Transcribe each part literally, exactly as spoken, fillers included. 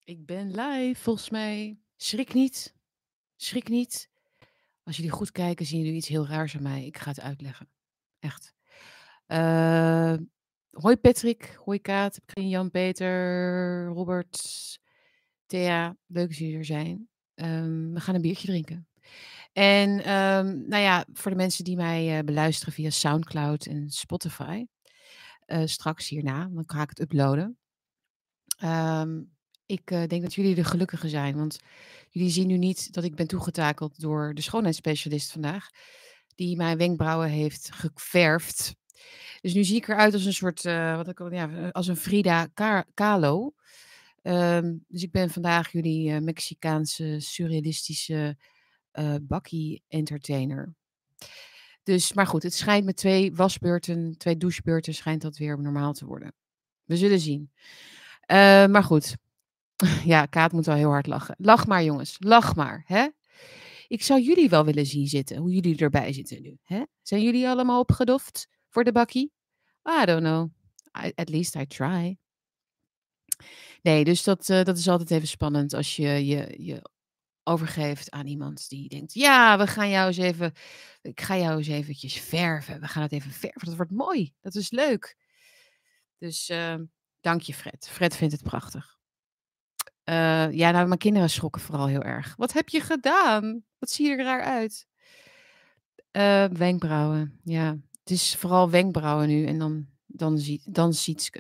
Ik ben live, volgens mij. Schrik niet. Schrik niet. Als jullie goed kijken, zien jullie iets heel raars aan mij. Ik ga het uitleggen. Echt. Eh, hoi Patrick, hoi Kaat, Karin, Jan-Peter, Robert, Thea. Leuk dat jullie er zijn. Ehm, we gaan een biertje drinken. En ehm, nou ja, voor de mensen die mij eh, beluisteren via Soundcloud en Spotify. eh, straks hierna, dan ga ik het uploaden. Ehm, ik eh, denk dat jullie de gelukkigen zijn, want jullie zien nu niet dat ik ben toegetakeld door de schoonheidsspecialist vandaag, die mijn wenkbrauwen heeft geverfd. Dus nu zie ik eruit als een soort, eh, wat ik al, ja, eh, als een Frida Ka- Kahlo. Ehm, dus ik ben vandaag jullie eh, Mexicaanse surrealistische eh bakkie-entertainer. Dus, maar goed, het schijnt met twee wasbeurten, twee douchebeurten, schijnt dat weer normaal te worden. We zullen zien. Eh, maar goed, ja, Kaat moet wel heel hard lachen. Lach maar, jongens. Lach maar, hè? Ik zou jullie wel willen zien zitten, hoe jullie erbij zitten nu, hè? Zijn jullie allemaal opgedoft voor de bakkie? I don't know. I- at least I try. Nee, dus dat, eh, dat is altijd even spannend als je je, je overgeeft aan iemand die denkt: ja, we gaan jou eens even, ik ga jou eens eventjes verven. We gaan het even verven. Dat wordt mooi. Dat is leuk. Dus eh, dank je, Fred. Fred vindt het prachtig. Eh, ja, nou, mijn kinderen schrokken vooral heel erg. Wat heb je gedaan? Wat zie je er raar uit? Eh, wenkbrauwen, ja. Het is vooral wenkbrauwen nu en dan, dan, zie, dan Sietske.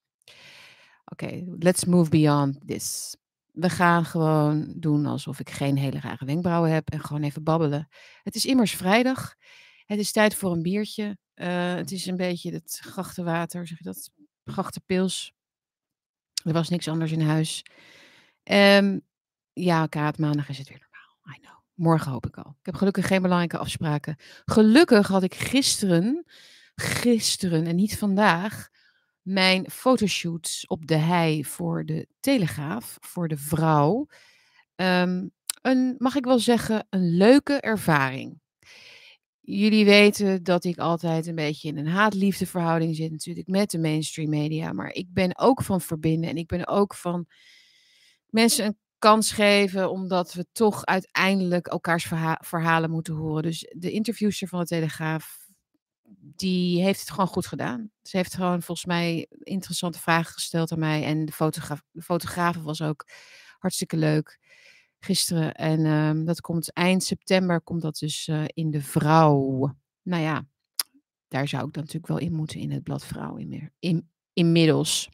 Oké, let's move beyond this. We gaan gewoon doen alsof ik geen hele rare wenkbrauwen heb en gewoon even babbelen. Het is immers vrijdag. Het is tijd voor een biertje. Eh, het is een beetje het grachtenwater, zeg je dat? Grachtenpils. Er was niks anders in huis. Ehm, ja, Kaat, maandag is het weer normaal. I know. Morgen hoop ik al. Ik heb gelukkig geen belangrijke afspraken. Gelukkig had ik gisteren, gisteren en niet vandaag, mijn fotoshoots op de hei voor de Telegraaf, voor de vrouw. Ehm, een, mag ik wel zeggen, een leuke ervaring. Jullie weten dat ik altijd een beetje in een haat-liefde verhouding zit natuurlijk met de mainstream media. Maar ik ben ook van verbinden en ik ben ook van mensen een kans geven, omdat we toch uiteindelijk elkaars verha- verhalen moeten horen. Dus de interviewster van de Telegraaf, die heeft het gewoon goed gedaan. Ze heeft gewoon volgens mij interessante vragen gesteld aan mij. En de fotograaf, de fotograaf was ook hartstikke leuk gisteren. En ehm, dat komt eind september, komt dat dus eh, in de Vrouw. Nou ja, daar zou ik dan natuurlijk wel in moeten in het blad Vrouw in, in, inmiddels.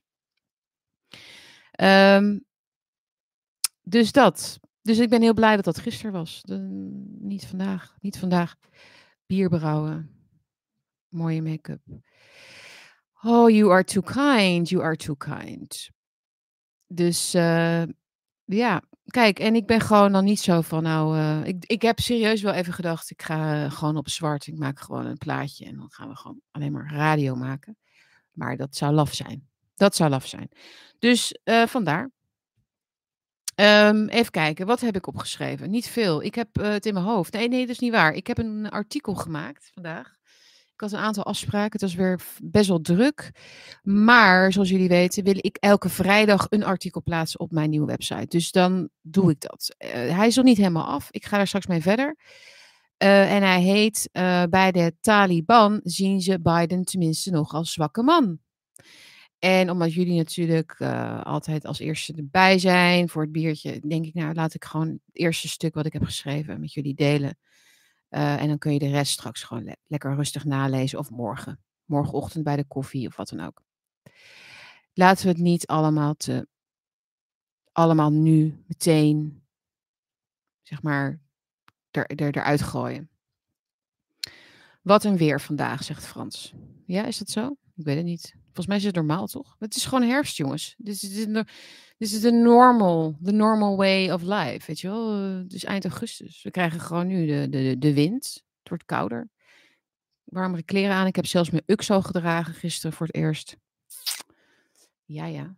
Ehm, dus dat. Dus ik ben heel blij dat dat gisteren was. De, niet vandaag. Niet vandaag. Bier brouwen. Mooie make-up. Oh, you are too kind. You are too kind. Dus uh, ja, kijk, en ik ben gewoon dan niet zo van, nou, uh, ik, ik heb serieus wel even gedacht, ik ga uh, gewoon op zwart, ik maak gewoon een plaatje en dan gaan we gewoon alleen maar radio maken. Maar dat zou laf zijn. Dat zou laf zijn. Dus uh, vandaar. Um, even kijken, wat heb ik opgeschreven? Niet veel. Ik heb uh, het in mijn hoofd. Nee, nee, dat is niet waar. Ik heb een artikel gemaakt vandaag. Ik had een aantal afspraken. Het was weer best wel druk. Maar zoals jullie weten wil ik elke vrijdag een artikel plaatsen op mijn nieuwe website. Dus dan doe ik dat. Uh, hij is nog niet helemaal af. Ik ga daar straks mee verder. Uh, en hij heet, uh, bij de Taliban zien ze Biden tenminste nog als zwakke man. En omdat jullie natuurlijk uh, altijd als eerste erbij zijn voor het biertje, denk ik, nou laat ik gewoon het eerste stuk wat ik heb geschreven met jullie delen. Uh, en dan kun je de rest straks gewoon le- lekker rustig nalezen of morgen. Morgenochtend bij de koffie of wat dan ook. Laten we het niet allemaal te, allemaal nu, meteen, zeg maar, er, er, eruit gooien. Wat een weer vandaag, zegt Frans. Ja, is dat zo? Ik weet het niet. Volgens mij is het normaal, toch? Het is gewoon herfst, jongens. Dit is, dit is de normal, the normal way of life, weet je wel? Het is eind augustus. We krijgen gewoon nu de, de, de wind. Het wordt kouder. Warmere kleren aan. Ik heb zelfs mijn uxo gedragen gisteren voor het eerst. Ja, ja.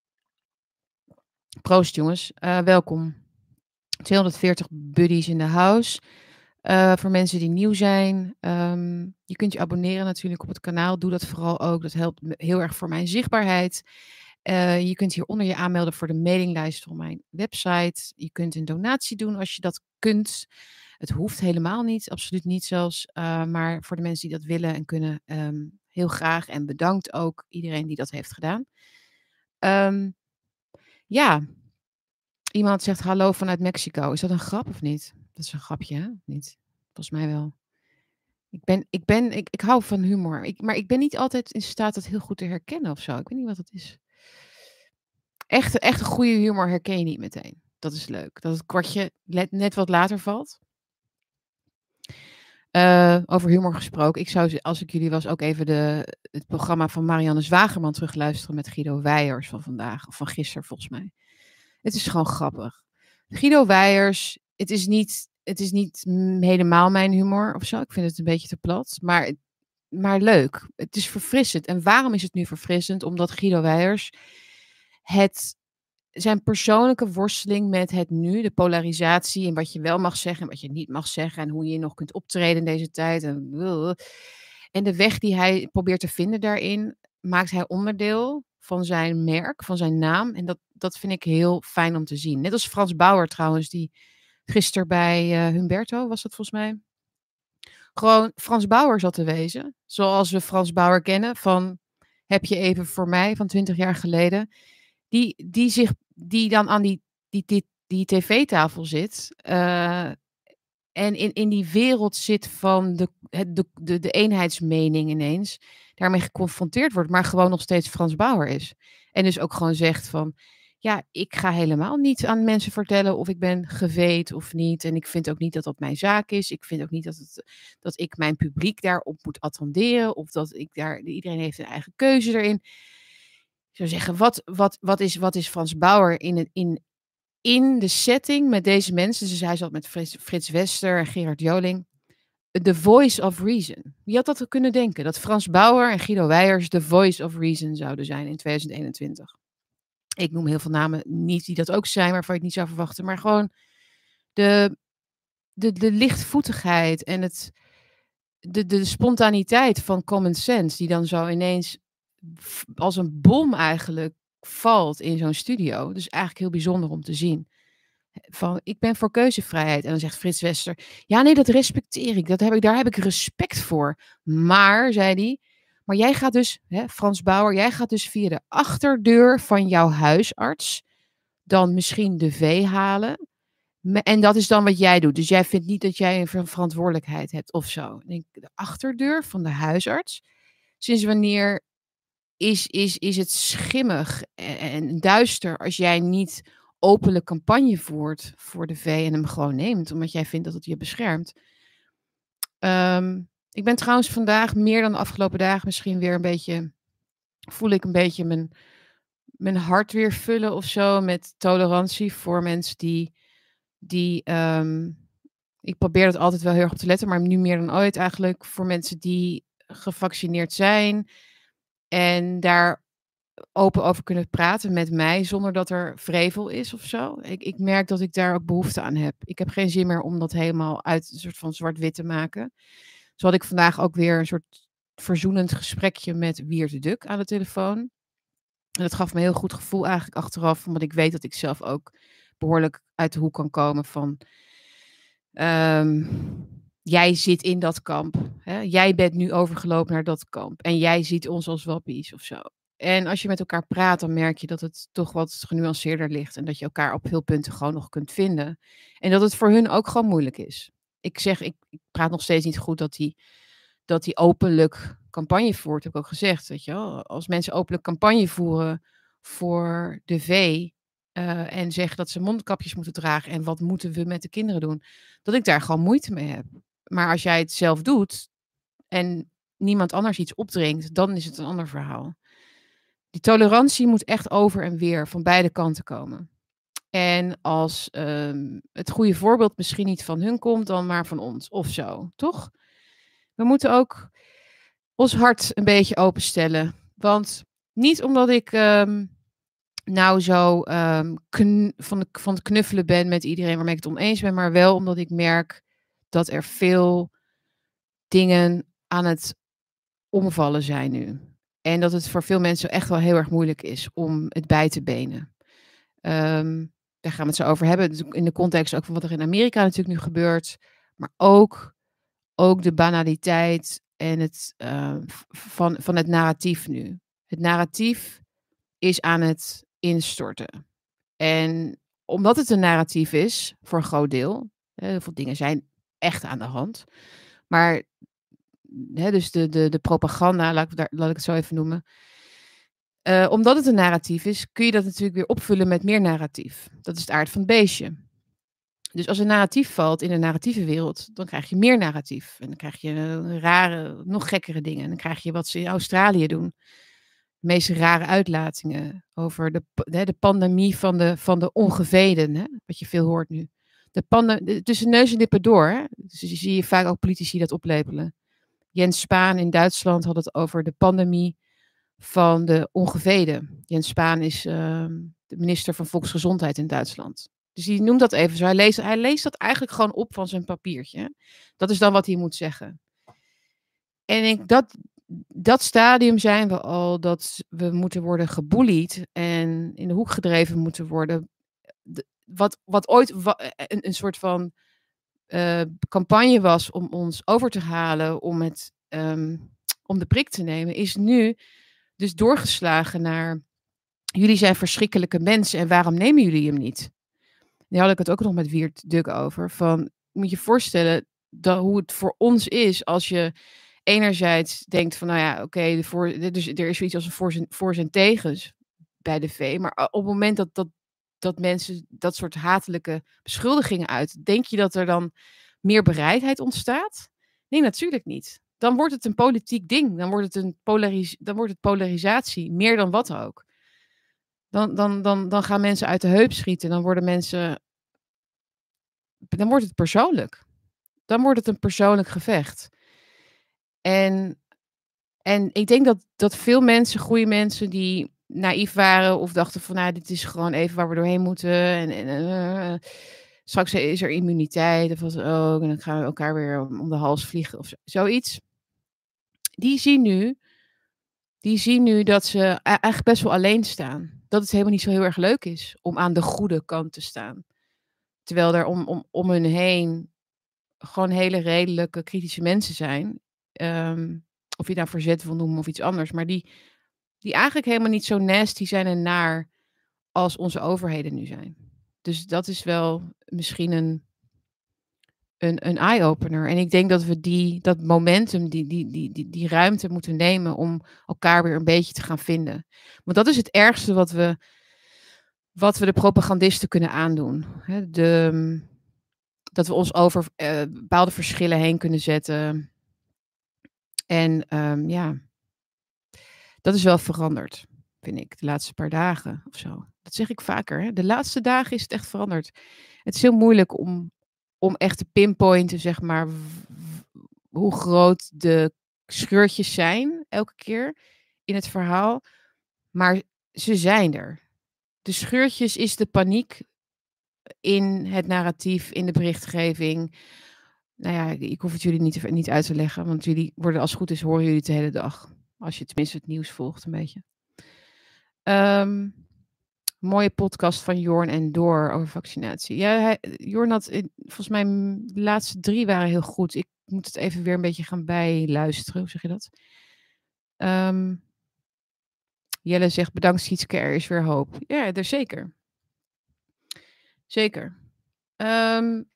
Proost, jongens. Uh, welkom. tweehonderdveertig buddies in de house. Uh, voor mensen die nieuw zijn. Um, je kunt je abonneren natuurlijk op het kanaal. Doe dat vooral ook. Dat helpt heel erg voor mijn zichtbaarheid. Uh, je kunt hieronder je aanmelden voor de mailinglijst van mijn website. Je kunt een donatie doen als je dat kunt. Het hoeft helemaal niet, absoluut niet zelfs. Uh, maar voor de mensen die dat willen en kunnen, um, heel graag. En bedankt ook iedereen die dat heeft gedaan. Um, ja, iemand zegt hallo vanuit Mexico. Is dat een grap of niet? Dat is een grapje, hè? Niet? Volgens mij wel. Ik ben, ik ben, ik, ik hou van humor. Ik, maar ik ben niet altijd in staat dat heel goed te herkennen of zo. Ik weet niet wat het is. Echt, echt een goede humor herken je niet meteen. Dat is leuk. Dat het kwartje net, net wat later valt. Uh, over humor gesproken. Ik zou, als ik jullie was, ook even de, het programma van Marianne Zwagerman terugluisteren met Guido Weijers van vandaag. Of van gisteren volgens mij. Het is gewoon grappig. Guido Weijers, het is niet, het is niet helemaal mijn humor of zo. Ik vind het een beetje te plat. Maar, maar leuk. Het is verfrissend. En waarom is het nu verfrissend? Omdat Guido Weijers het... zijn persoonlijke worsteling met het nu, de polarisatie en wat je wel mag zeggen en wat je niet mag zeggen en hoe je nog kunt optreden in deze tijd. En, en de weg die hij probeert te vinden daarin, maakt hij onderdeel van zijn merk, van zijn naam. En dat, dat vind ik heel fijn om te zien. Net als Frans Bauer trouwens, die gisteren bij uh, Humberto, was dat volgens mij, gewoon Frans Bauer zat te wezen. Zoals we Frans Bauer kennen van Heb je even voor mij van twintig jaar geleden. Die, die, zich, die dan aan die, die, die, die tv-tafel zit. Uh, en in, in die wereld zit van de, de, de, de eenheidsmening ineens. Daarmee geconfronteerd wordt. Maar gewoon nog steeds Frans Bauer is. En dus ook gewoon zegt van... Ja, ik ga helemaal niet aan mensen vertellen of ik ben geveed of niet. En ik vind ook niet dat dat mijn zaak is. Ik vind ook niet dat, het, dat ik mijn publiek daarop moet attenderen. Of dat ik daar... Iedereen heeft een eigen keuze erin. Ik zou zeggen, wat, wat, wat, is, wat is Frans Bauer in, het, in, in de setting met deze mensen? Dus hij zat met Frits, Frits Wester en Gerard Joling. The voice of reason. Wie had dat kunnen denken? Dat Frans Bauer en Guido Weijers the voice of reason zouden zijn in tweeduizend eenentwintig. Ik noem heel veel namen niet die dat ook zijn, waarvan ik niet zou verwachten. Maar gewoon de, de, de lichtvoetigheid en het, de, de spontaniteit van common sense. Die dan zo ineens als een bom eigenlijk valt in zo'n studio. Dus eigenlijk heel bijzonder om te zien. Van, ik ben voor keuzevrijheid. En dan zegt Frits Wester, ja nee, dat respecteer ik. Dat heb ik daar heb ik respect voor. Maar, zei hij, maar jij gaat dus, hè, Frans Bauer, jij gaat dus via de achterdeur van jouw huisarts dan misschien de vee halen. En dat is dan wat jij doet. Dus jij vindt niet dat jij een verantwoordelijkheid hebt of zo. Ik denk, de achterdeur van de huisarts. Sinds wanneer is, is, is het schimmig en duister als jij niet openlijk campagne voert voor de vee en hem gewoon neemt, omdat jij vindt dat het je beschermt. Um, ik ben trouwens vandaag meer dan de afgelopen dagen misschien weer een beetje, voel ik een beetje mijn, mijn hart weer vullen of zo met tolerantie voor mensen die, die um, ik probeer het altijd wel heel erg op te letten, maar nu meer dan ooit eigenlijk voor mensen die gevaccineerd zijn en daar open over kunnen praten met mij, zonder dat er vrevel is of zo. Ik, ik merk dat ik daar ook behoefte aan heb. Ik heb geen zin meer om dat helemaal uit een soort van zwart-wit te maken. Zo had ik vandaag ook weer een soort verzoenend gesprekje met Wiert de Duk aan de telefoon. En dat gaf me een heel goed gevoel eigenlijk achteraf, omdat ik weet dat ik zelf ook behoorlijk uit de hoek kan komen van... Um, jij zit in dat kamp. Hè? Jij bent nu overgelopen naar dat kamp. En jij ziet ons als wappies of zo. En als je met elkaar praat, dan merk je dat het toch wat genuanceerder ligt. En dat je elkaar op veel punten gewoon nog kunt vinden. En dat het voor hun ook gewoon moeilijk is. Ik zeg, ik, ik praat nog steeds niet goed dat hij dat die openlijk campagne voert. Heb ik ook gezegd. Weet je wel? Als mensen openlijk campagne voeren voor de vee. Uh, en zeggen dat ze mondkapjes moeten dragen. En wat moeten we met de kinderen doen? Dat ik daar gewoon moeite mee heb. Maar als jij het zelf doet. En niemand anders iets opdringt. Dan is het een ander verhaal. Die tolerantie moet echt over en weer van beide kanten komen. En als um, het goede voorbeeld misschien niet van hun komt, dan maar van ons. Of zo, toch? We moeten ook ons hart een beetje openstellen. Want niet omdat ik um, nou zo um, kn- van, de, van het knuffelen ben met iedereen waarmee ik het oneens ben, maar wel omdat ik merk dat er veel dingen aan het omvallen zijn nu. En dat het voor veel mensen echt wel heel erg moeilijk is om het bij te benen. Ehm, daar gaan we het zo over hebben. Dus in de context ook van wat er in Amerika natuurlijk nu gebeurt. Maar ook, ook de banaliteit en het, uh, van, van het narratief nu. Het narratief is aan het instorten. En omdat het een narratief is, voor een groot deel. Heel veel dingen zijn echt aan de hand. Maar hè, dus de, de, de propaganda, laat ik, daar, laat ik het zo even noemen. Uh, omdat het een narratief is, kun je dat natuurlijk weer opvullen met meer narratief. Dat is het aard van het beestje. Dus als een narratief valt in de narratieve wereld, dan krijg je meer narratief. En dan krijg je uh, rare, nog gekkere dingen. En dan krijg je wat ze in Australië doen. De meest rare uitlatingen over de, de, de pandemie van de, van de ongeveden. Hè? Wat je veel hoort nu. De pande- de, tussen neus en lippen door. Hè? Dus je zie je vaak ook politici dat oplepelen. Jens Spahn in Duitsland had het over de pandemie van de ongeveden. Jens Spahn is uh, de minister van Volksgezondheid in Duitsland. Dus die noemt dat even zo. Hij leest, hij leest dat eigenlijk gewoon op van zijn papiertje. Dat is dan wat hij moet zeggen. En ik, dat, dat stadium zijn we al, dat we moeten worden gebullied en in de hoek gedreven moeten worden. Wat, wat ooit wa, een, een soort van uh, campagne was om ons over te halen, om, het, um, om de prik te nemen, is nu dus doorgeslagen naar jullie zijn verschrikkelijke mensen en waarom nemen jullie hem niet? Nu had ik het ook nog met Wiert Duk over. Van, moet je je voorstellen dat, hoe het voor ons is als je enerzijds denkt van, nou ja, oké, okay, dus er is zoiets als een voor's en, voor's en tegens bij de V. Maar op het moment dat, dat, dat mensen dat soort hatelijke beschuldigingen uit, denk je dat er dan meer bereidheid ontstaat? Nee, natuurlijk niet. Dan wordt het een politiek ding. Dan wordt het, een polaris- dan wordt het polarisatie, meer dan wat ook. Dan, dan, dan, dan gaan mensen uit de heup schieten. Dan worden mensen. Dan wordt het persoonlijk. Dan wordt het een persoonlijk gevecht. En, en ik denk dat, dat veel mensen, goede mensen die naïef waren of dachten van, nou, dit is gewoon even waar we doorheen moeten. En, en uh, straks is er immuniteit of wat ook. En dan gaan we elkaar weer om de hals vliegen of zo, zoiets. Die zien nu, die zien nu dat ze eigenlijk best wel alleen staan. Dat het helemaal niet zo heel erg leuk is om aan de goede kant te staan. Terwijl er om, om, om hun heen gewoon hele redelijke, kritische mensen zijn. Um, of je het nou verzet wil noemen of iets anders. Maar die, die eigenlijk helemaal niet zo nasty zijn en naar als onze overheden nu zijn. Dus dat is wel misschien een, een, een eye-opener. En ik denk dat we die, dat momentum, die, die, die, die, die ruimte moeten nemen om elkaar weer een beetje te gaan vinden. Want dat is het ergste wat we, wat we de propagandisten kunnen aandoen. De, dat we ons over uh, bepaalde verschillen heen kunnen zetten. En um, ja, dat is wel veranderd, vind ik, de laatste paar dagen of zo. Dat zeg ik vaker. Hè? De laatste dagen is het echt veranderd. Het is heel moeilijk om, om echt te pinpointen, zeg maar, w- w- hoe groot de scheurtjes zijn elke keer in het verhaal. Maar ze zijn er. De scheurtjes is de paniek in het narratief, in de berichtgeving. Nou ja, ik hoef het jullie niet, niet uit te leggen, want jullie worden, als het goed is, horen jullie het de hele dag. Als je tenminste het nieuws volgt, een beetje. Um, mooie podcast van Jorn en Door over vaccinatie. Ja, hij, Jorn had, volgens mij, de laatste drie waren heel goed. Ik moet het even weer een beetje gaan bijluisteren. Hoe zeg je dat? Um, Jelle zegt, bedankt Sietske, er is weer hoop. Ja, er zeker. Zeker. Um,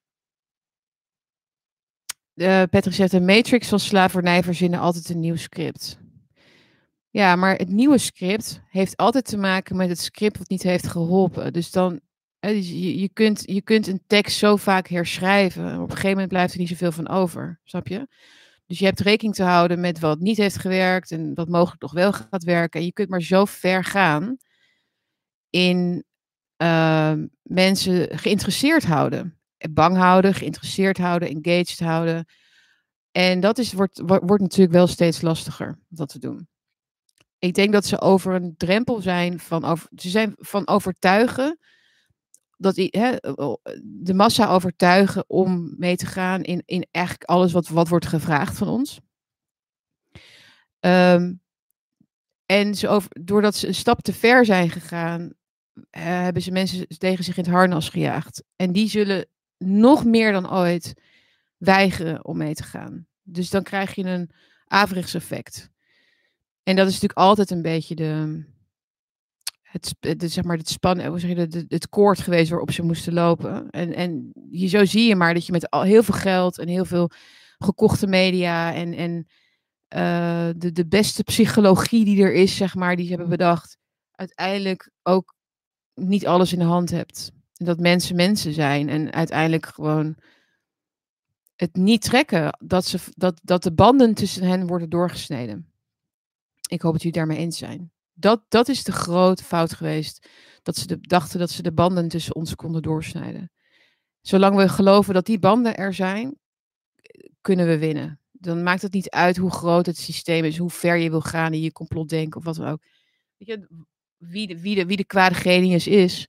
Uh, Patrick zegt, de Matrix van slavernij verzinnen altijd een nieuw script. Ja, maar het nieuwe script heeft altijd te maken met het script wat niet heeft geholpen. Dus dan, uh, je, je, kunt, je kunt een tekst zo vaak herschrijven. Op een gegeven moment blijft er niet zoveel van over, snap je? Dus je hebt rekening te houden met wat niet heeft gewerkt en wat mogelijk nog wel gaat werken. En je kunt maar zo ver gaan in uh, mensen geïnteresseerd houden. Bang houden, geïnteresseerd houden, engaged houden. En dat is, wordt, wordt natuurlijk wel steeds lastiger om dat te doen. Ik denk dat ze over een drempel zijn van, over, ze zijn van overtuigen, dat he, de massa overtuigen om mee te gaan in, in eigenlijk alles wat, wat wordt gevraagd van ons. Um, En ze over doordat ze een stap te ver zijn gegaan, eh, hebben ze mensen tegen zich in het harnas gejaagd. En die zullen nog meer dan ooit weigeren om mee te gaan. Dus dan krijg je een averechtseffect. En dat is natuurlijk altijd een beetje de, het, sp- de, zeg maar het span, hoe zeg je dat, de- het koord geweest waarop ze moesten lopen. En, en je, zo zie je maar dat je met al heel veel geld en heel veel gekochte media en, en eh, de, de beste psychologie die er is, zeg maar, die ze hebben bedacht, uiteindelijk ook niet alles in de hand hebt. En dat mensen mensen zijn en uiteindelijk gewoon het niet trekken dat, ze, dat, dat de banden tussen hen worden doorgesneden. Ik hoop dat jullie daarmee eens zijn. Dat, dat is de grote fout geweest. Dat ze de, dachten dat ze de banden tussen ons konden doorsnijden. Zolang we geloven dat die banden er zijn, kunnen we winnen. Dan maakt het niet uit hoe groot het systeem is, hoe ver je wil gaan in je complotdenken of wat dan ook. Weet je, wie de, wie de, wie de kwade genius is.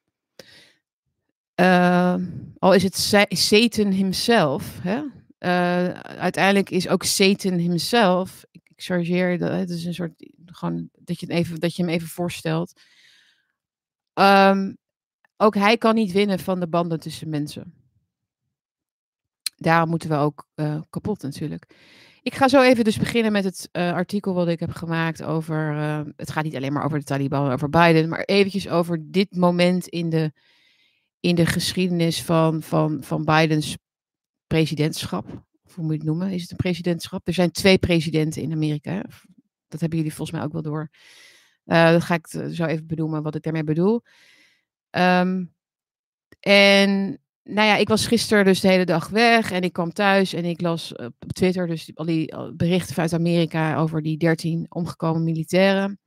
Uh, al is het Satan himself. Hè? Uh, uiteindelijk is ook Satan himself. Ik, ik chargeer dat. Het is een soort. Gewoon dat je, het even, dat je hem even voorstelt. Um, ook hij kan niet winnen van de banden tussen mensen. Daarom moeten we ook uh, kapot natuurlijk. Ik ga zo even dus beginnen met het uh, artikel wat ik heb gemaakt over. Uh, het gaat niet alleen maar over de Taliban, over Biden, maar eventjes over dit moment in de. in de geschiedenis van, van, van Bidens presidentschap. Of hoe moet je het noemen? Is het een presidentschap? Er zijn twee presidenten in Amerika. Hè? Dat hebben jullie volgens mij ook wel door. Uh, dat ga ik zo even benoemen wat ik daarmee bedoel. Um, en nou ja, ik was gisteren dus de hele dag weg en ik kwam thuis en ik las op Twitter dus al die berichten vanuit Amerika over die dertien omgekomen militairen.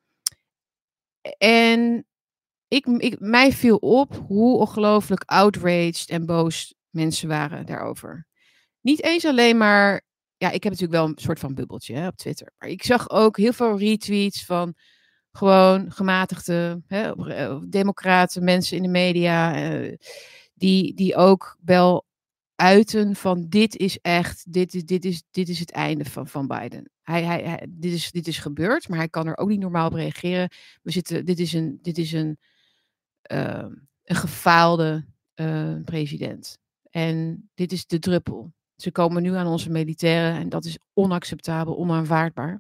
En Ik, ik, mij viel op hoe ongelooflijk outraged en boos mensen waren daarover. Niet eens alleen maar. Ja, ik heb natuurlijk wel een soort van bubbeltje hè, op Twitter. Maar ik zag ook heel veel retweets van gewoon gematigde hè, democraten, mensen in de media. Eh, die, die ook wel uiten van dit is echt, dit is, dit is, dit is het einde van, van Biden. Hij, hij, hij, dit, is, dit is gebeurd, maar hij kan er ook niet normaal op reageren. We zitten, dit is een, dit is een Uh, een gefaalde uh, president. En dit is de druppel. Ze komen nu aan onze militairen en dat is onacceptabel, onaanvaardbaar.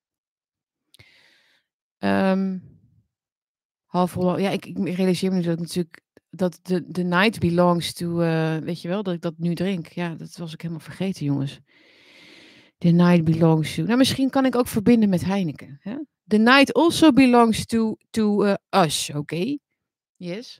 Um, half Holland, ja, ik, ik realiseer me nu dat ik natuurlijk dat de, de night belongs to, uh, weet je wel, dat ik dat nu drink. Ja, dat was ik helemaal vergeten, jongens. The night belongs to. Nou, misschien kan ik ook verbinden met Heineken. Hè? The night also belongs to, to uh, us, oké? Okay? Yes.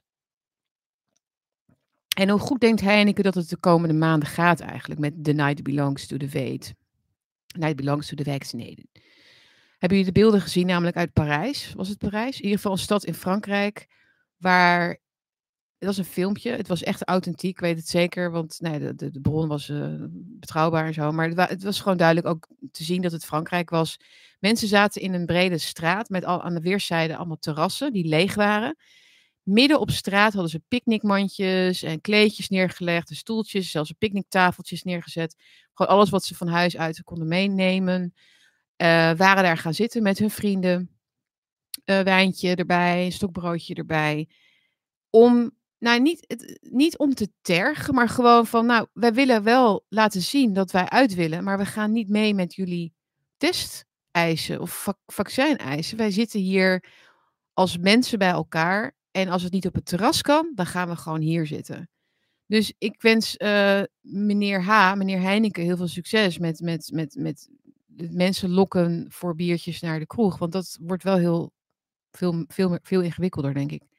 En hoe goed denkt Heineken dat het de komende maanden gaat eigenlijk met The Night Belongs to the Vaed? Night Belongs to the Vaccinated. Hebben jullie de beelden gezien, namelijk uit Parijs? Was het Parijs? In ieder geval een stad in Frankrijk, waar... Het was een filmpje, het was echt authentiek, ik weet het zeker, want nee, de, de, de bron was uh, betrouwbaar en zo. Maar het, wa- het was gewoon duidelijk ook te zien dat het Frankrijk was. Mensen zaten in een brede straat met al, aan de weerszijden allemaal terrassen die leeg waren. Midden op straat hadden ze picknickmandjes en kleedjes neergelegd, en stoeltjes, zelfs picknicktafeltjes neergezet. Gewoon alles wat ze van huis uit konden meenemen. Uh, waren daar gaan zitten met hun vrienden. Uh, wijntje erbij, een stokbroodje erbij. Om, nou niet, het, niet om te tergen, maar gewoon van, nou, wij willen wel laten zien dat wij uit willen, maar we gaan niet mee met jullie testeisen of vac- vaccineisen. Wij zitten hier als mensen bij elkaar. En als het niet op het terras kan, dan gaan we gewoon hier zitten. Dus ik wens uh, meneer H, meneer Heineken, heel veel succes met, met, met, met mensen lokken voor biertjes naar de kroeg. Want dat wordt wel heel veel, veel, veel ingewikkelder, denk ik.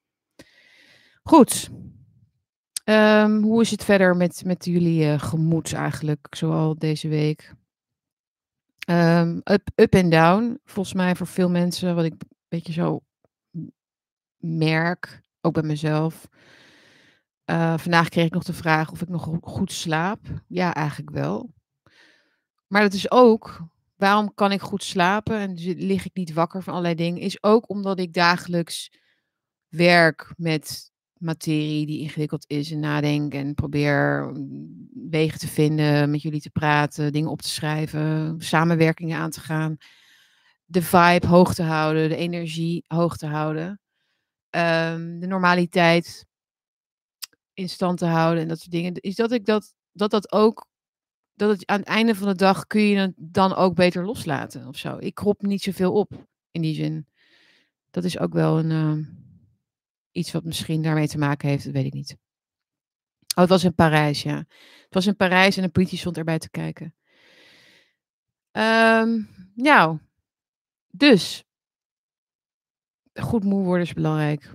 Goed. Um, hoe is het verder met, met jullie uh, gemoed eigenlijk, zoal deze week? Um, up, up en down, volgens mij voor veel mensen, wat ik een beetje zo merk, ook bij mezelf. Uh, vandaag kreeg ik nog de vraag of ik nog goed slaap. Ja, eigenlijk wel. Maar dat is ook, waarom kan ik goed slapen en dus lig ik niet wakker van allerlei dingen, is ook omdat ik dagelijks werk met materie die ingewikkeld is en nadenk en probeer wegen te vinden, met jullie te praten, dingen op te schrijven, samenwerkingen aan te gaan. de vibe hoog te houden, de energie hoog te houden, um, de normaliteit in stand te houden en dat soort dingen, is dat ik dat dat dat ook dat het aan het einde van de dag kun je het dan ook beter loslaten of zo. Ik krop niet zoveel op in die zin. Dat is ook wel een, uh, iets wat misschien daarmee te maken heeft, dat weet ik niet. Oh, het was in Parijs, ja. Het was in Parijs en de politie stond erbij te kijken. Um, nou, dus. Goed moe worden is belangrijk.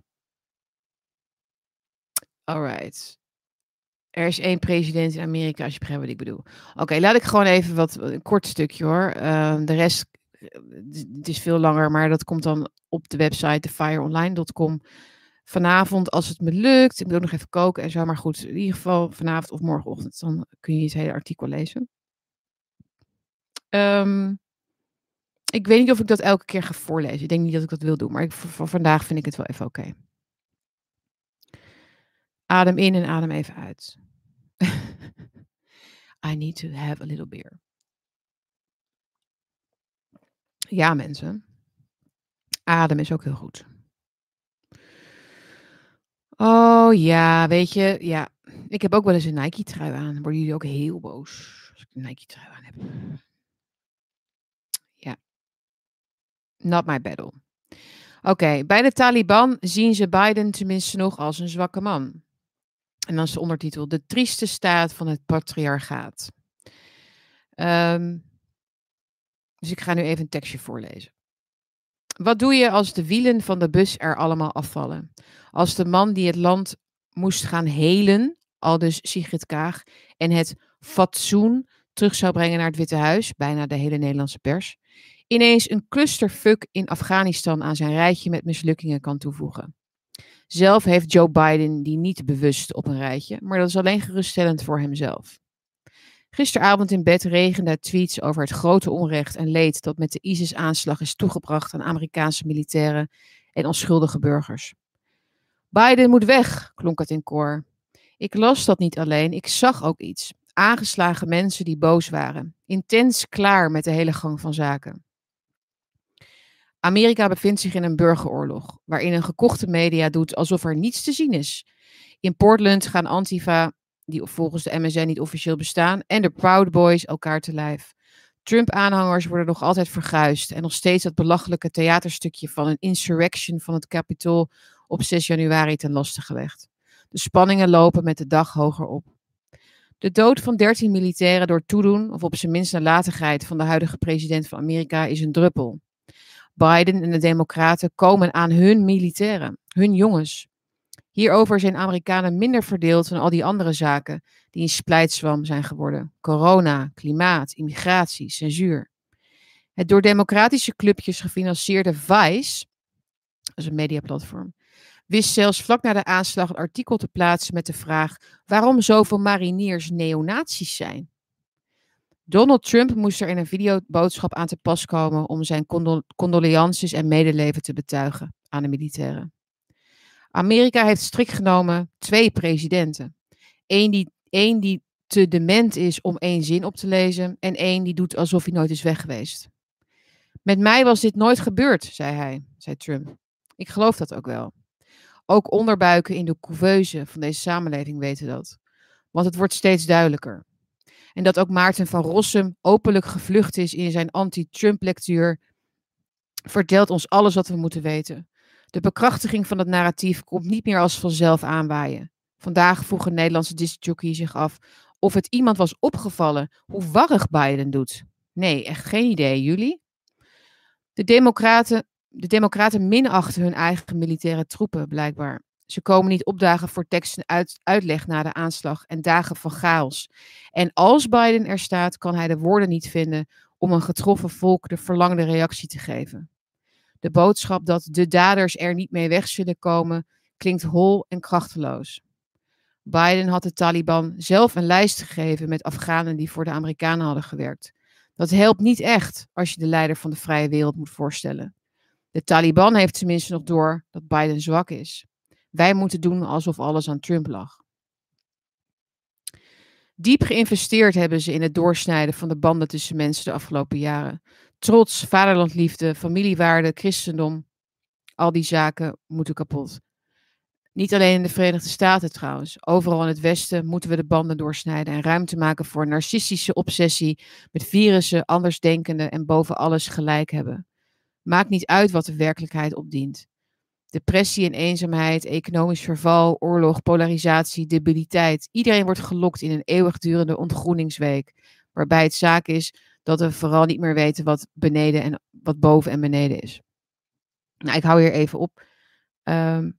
Alright. Er is één president in Amerika, als je begrijpt wat ik bedoel. Oké, okay, laat ik gewoon even wat, een kort stukje hoor. Uh, de rest, het is veel langer, maar dat komt dan op de website the fire online dot com. Vanavond, als het me lukt, ik moet ook nog even koken en zo, maar goed, in ieder geval vanavond of morgenochtend, dan kun je het hele artikel lezen. Um, ik weet niet of ik dat elke keer ga voorlezen. Ik denk niet dat ik dat wil doen, maar ik, voor, voor vandaag vind ik het wel even oké. Okay. Adem in en adem even uit. I need to have a little beer. Ja, mensen. Adem is ook heel goed. Oh ja, weet je, ja. Ik heb ook wel eens een Nike-trui aan. Worden jullie ook heel boos als ik een Nike-trui aan heb? Ja. Not my battle. Oké, okay, bij de Taliban zien ze Biden tenminste nog als een zwakke man. En dan is de ondertitel: De trieste staat van het patriarchaat. Um, dus ik ga nu even een tekstje voorlezen. Wat doe je als de wielen van de bus er allemaal afvallen? Als de man die het land moest gaan helen, aldus Sigrid Kaag, en het fatsoen terug zou brengen naar het Witte Huis, bijna de hele Nederlandse pers, ineens een clusterfuck in Afghanistan aan zijn rijtje met mislukkingen kan toevoegen. Zelf heeft Joe Biden die niet bewust op een rijtje, maar dat is alleen geruststellend voor hemzelf. Gisteravond in bed regende tweets over het grote onrecht en leed dat met de ISIS-aanslag is toegebracht aan Amerikaanse militairen en onschuldige burgers. Biden moet weg, klonk het in koor. Ik las dat niet alleen, ik zag ook iets. Aangeslagen mensen die boos waren. Intens klaar met de hele gang van zaken. Amerika bevindt zich in een burgeroorlog, waarin een gekochte media doet alsof er niets te zien is. In Portland gaan Antifa, die volgens de M S N niet officieel bestaan, en de Proud Boys elkaar te lijf. Trump-aanhangers worden nog altijd verguisd en nog steeds dat belachelijke theaterstukje van een insurrection van het Capitool op zes januari ten laste gelegd. De spanningen lopen met de dag hoger op. De dood van dertien militairen door toedoen, of op zijn minst nalatigheid van de huidige president van Amerika, is een druppel. Biden en de Democraten komen aan hun militairen, hun jongens. Hierover zijn Amerikanen minder verdeeld dan al die andere zaken die een splijtswam zijn geworden. Corona, klimaat, immigratie, censuur. Het door democratische clubjes gefinancierde Vice, dat is een mediaplatform, wist zelfs vlak na de aanslag een artikel te plaatsen met de vraag waarom zoveel mariniers neonazies zijn. Donald Trump moest er in een videoboodschap aan te pas komen om zijn condol- condolences en medeleven te betuigen aan de militairen. Amerika heeft strikt genomen twee presidenten. Eén die, één die te dement is om één zin op te lezen en één die doet alsof hij nooit is weg geweest. Met mij was dit nooit gebeurd, zei hij, zei Trump. Ik geloof dat ook wel. Ook onderbuiken in de couveuse van deze samenleving weten dat. Want het wordt steeds duidelijker. En dat ook Maarten van Rossum openlijk gevlucht is in zijn anti-Trump-lectuur, vertelt ons alles wat we moeten weten. De bekrachtiging van het narratief komt niet meer als vanzelf aanwaaien. Vandaag vroeg een Nederlandse discjockey zich af of het iemand was opgevallen hoe warrig Biden doet. Nee, echt geen idee. Jullie? De democraten, de democraten minachten hun eigen militaire troepen, blijkbaar. Ze komen niet opdagen voor teksten uit, uitleg na de aanslag en dagen van chaos. En als Biden er staat, kan hij de woorden niet vinden om een getroffen volk de verlangde reactie te geven. De boodschap dat de daders er niet mee weg zullen komen, klinkt hol en krachteloos. Biden had de Taliban zelf een lijst gegeven met Afghanen die voor de Amerikanen hadden gewerkt. Dat helpt niet echt als je de leider van de vrije wereld moet voorstellen. De Taliban heeft tenminste nog door dat Biden zwak is. Wij moeten doen alsof alles aan Trump lag. Diep geïnvesteerd hebben ze in het doorsnijden van de banden tussen mensen de afgelopen jaren. trots, vaderlandliefde, familiewaarden, christendom. Al die zaken moeten kapot. Niet alleen in de Verenigde Staten trouwens. Overal in het Westen moeten we de banden doorsnijden en ruimte maken voor een narcistische obsessie met virussen, andersdenkenden en boven alles gelijk hebben. Maakt niet uit wat de werkelijkheid opdient. Depressie en eenzaamheid, economisch verval, oorlog, polarisatie, debiliteit. Iedereen wordt gelokt in een eeuwigdurende ontgroeningsweek. Waarbij het zaak is dat we vooral niet meer weten wat beneden en wat boven en beneden is. Nou, ik hou hier even op. Um,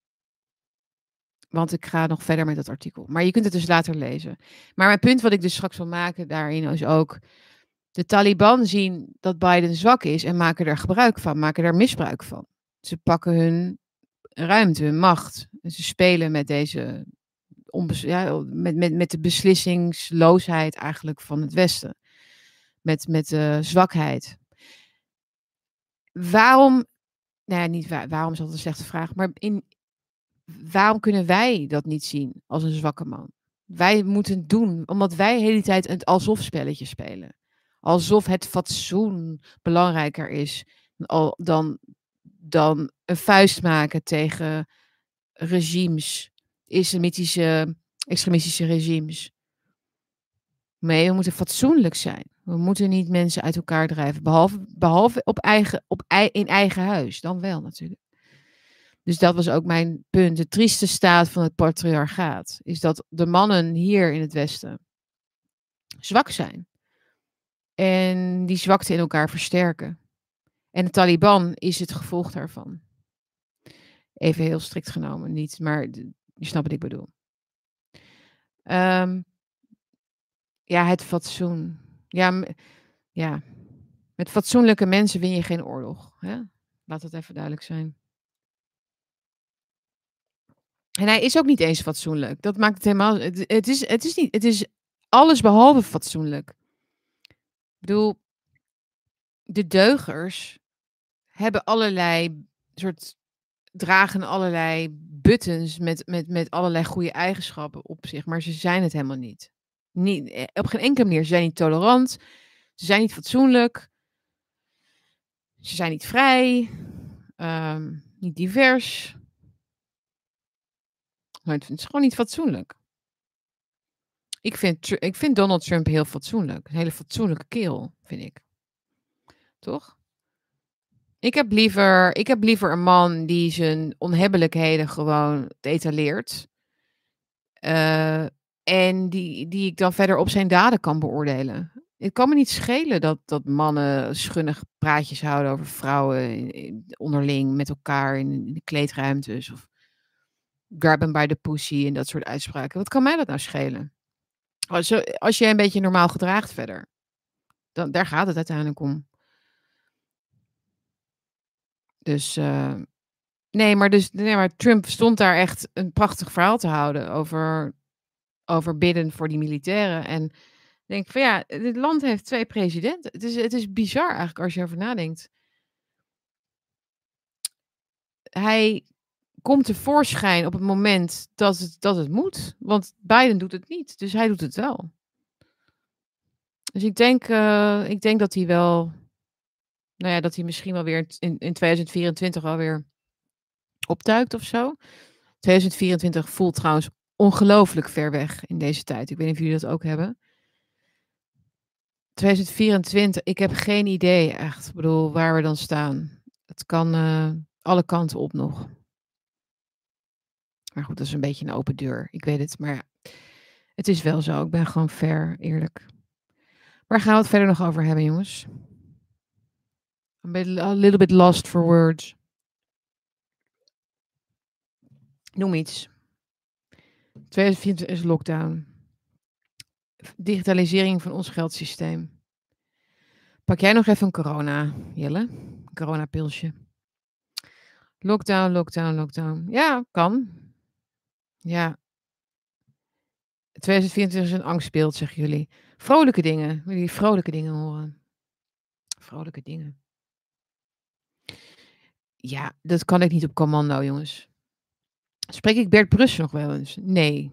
want ik ga nog verder met dat artikel. Maar je kunt het dus later lezen. Maar mijn punt wat ik dus straks wil maken daarin is ook... De Taliban zien dat Biden zwak is en maken er gebruik van, maken er misbruik van. Ze pakken hun ruimte, hun macht. En ze spelen met deze onbes- ja, met, met, met de beslissingsloosheid eigenlijk van het Westen. Met, met de zwakheid. Waarom, nou ja, niet waar, waarom is dat een slechte vraag, maar in, waarom kunnen wij dat niet zien als een zwakke man? Wij moeten het doen, omdat wij de hele tijd een alsof spelletje spelen. Alsof het fatsoen belangrijker is dan, dan een vuist maken tegen regimes, islamitische, extremistische regimes. Nee, we moeten fatsoenlijk zijn. We moeten niet mensen uit elkaar drijven, behalve, behalve op eigen, op, in eigen huis. Dan wel natuurlijk. Dus dat was ook mijn punt. De trieste staat van het patriarchaat is dat de mannen hier in het Westen zwak zijn. En die zwakte in elkaar versterken. En de Taliban is het gevolg daarvan. Even heel strikt genomen, niet, maar je snapt wat ik bedoel. Um, ja, het fatsoen. Ja, m- ja, met fatsoenlijke mensen win je geen oorlog. Hè? Laat dat even duidelijk zijn. En hij is ook niet eens fatsoenlijk. Dat maakt het helemaal... Het, het, is, het is niet... Het is alles behalve fatsoenlijk. Ik bedoel, de deugers hebben allerlei soort... dragen allerlei buttons met, met, met allerlei goede eigenschappen op zich. Maar ze zijn het helemaal niet. niet op geen enkele manier. Ze zijn niet tolerant. Ze zijn niet fatsoenlijk. Ze zijn niet vrij. Um, niet divers. Het is gewoon niet fatsoenlijk. Ik vind, ik vind Donald Trump heel fatsoenlijk. Een hele fatsoenlijke kerel, vind ik. Toch? Ik heb liever, ik heb liever een man die zijn onhebbelijkheden gewoon etaleert. Uh, en die, die ik dan verder op zijn daden kan beoordelen. Het kan me niet schelen dat, dat mannen schunnig praatjes houden over vrouwen in, in, onderling met elkaar in, in de kleedruimtes. Of grab hem by the pussy en dat soort uitspraken. Wat kan mij dat nou schelen? Als je, als je een beetje normaal gedraagt verder. Dan, daar gaat het uiteindelijk om. Dus, uh, nee, maar dus, nee, maar Trump stond daar echt een prachtig verhaal te houden over, over bidden voor die militairen. En ik denk van ja, dit land heeft twee presidenten. Het is, het is bizar eigenlijk als je erover nadenkt. Hij komt tevoorschijn op het moment dat het, dat het moet. Want Biden doet het niet, dus hij doet het wel. Dus ik denk, uh, ik denk dat hij wel... Nou ja, dat hij misschien wel weer in, in tweeduizend vierentwintig alweer opduikt of zo. tweeduizend vierentwintig voelt trouwens ongelooflijk ver weg in deze tijd. Ik weet niet of jullie dat ook hebben. tweeduizend vierentwintig, ik heb geen idee echt. Ik bedoel, waar we dan staan. Het kan uh, alle kanten op nog. Maar goed, dat is een beetje een open deur. Ik weet het, maar ja. Het is wel zo. Ik ben gewoon fair, eerlijk. Waar gaan we het verder nog over hebben, jongens? I'm a little bit lost for words. Noem iets. tweeduizend vierentwintig is lockdown. Digitalisering van ons geldsysteem. Pak jij nog even een corona, Jelle? Een coronapilsje. Lockdown, lockdown, lockdown. Ja, kan. Ja. tweeduizend vierentwintig is een angstbeeld, zeggen jullie. Vrolijke dingen. Wil jullie vrolijke dingen horen? Vrolijke dingen. Ja, dat kan ik niet op commando, jongens. Spreek ik Bert Brussen nog wel eens? Nee.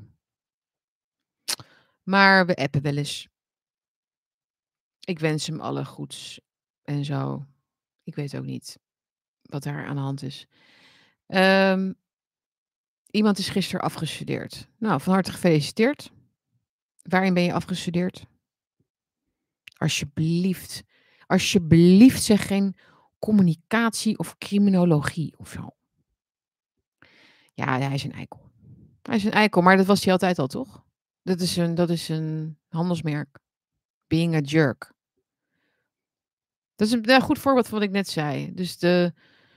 Maar we appen wel eens. Ik wens hem alle goeds. en zo. Ik weet ook niet wat daar aan de hand is. Ehm, iemand is gisteren afgestudeerd. Nou, van harte gefeliciteerd. Waarin ben je afgestudeerd? Alsjeblieft. Alsjeblieft zeg geen communicatie of criminologie of zo. Ja, hij is een eikel. Hij is een eikel, maar dat was hij altijd al, toch? Dat is een, dat is een handelsmerk. Being a jerk. Dat is een, ja, goed voorbeeld van wat ik net zei. Dus de,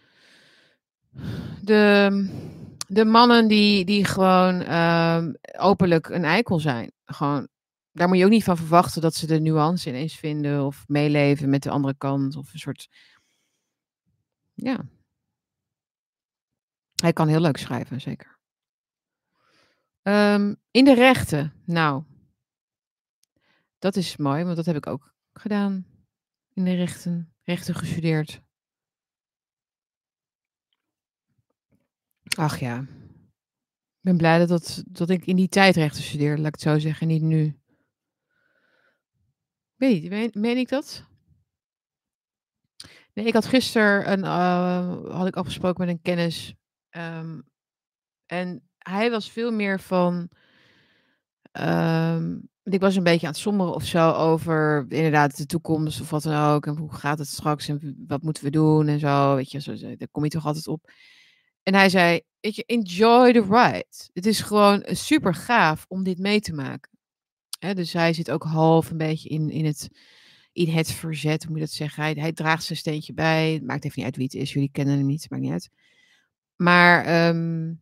de, de mannen die, die gewoon ehm, openlijk een eikel zijn. Gewoon, daar moet je ook niet van verwachten dat ze de nuance ineens vinden of meeleven met de andere kant. Of een soort, ja. Hij kan heel leuk schrijven, zeker. Ehm, in de rechten. Nou, dat is mooi, want dat heb ik ook gedaan. In de rechten. Rechten gestudeerd. Ach ja. Ik ben blij dat, dat, dat ik in die tijd rechten studeerde, laat ik het zo zeggen, niet nu. Weet je, meen, meen ik dat? Nee, ik had gisteren een, uh, had ik afgesproken met een kennis. Um, en hij was veel meer van. Um, ik was een beetje aan het somberen of zo over inderdaad de toekomst of wat dan ook. En hoe gaat het straks en wat moeten we doen en zo. Weet je, zo, daar kom je toch altijd op. En hij zei, weet je, enjoy the ride. Het is gewoon super gaaf om dit mee te maken. Hè, dus hij zit ook half een beetje in, in, het, in het verzet, hoe moet je dat zeggen. Hij, hij draagt zijn steentje bij. Het maakt even niet uit wie het is. Jullie kennen hem niet, maakt niet uit. Maar um,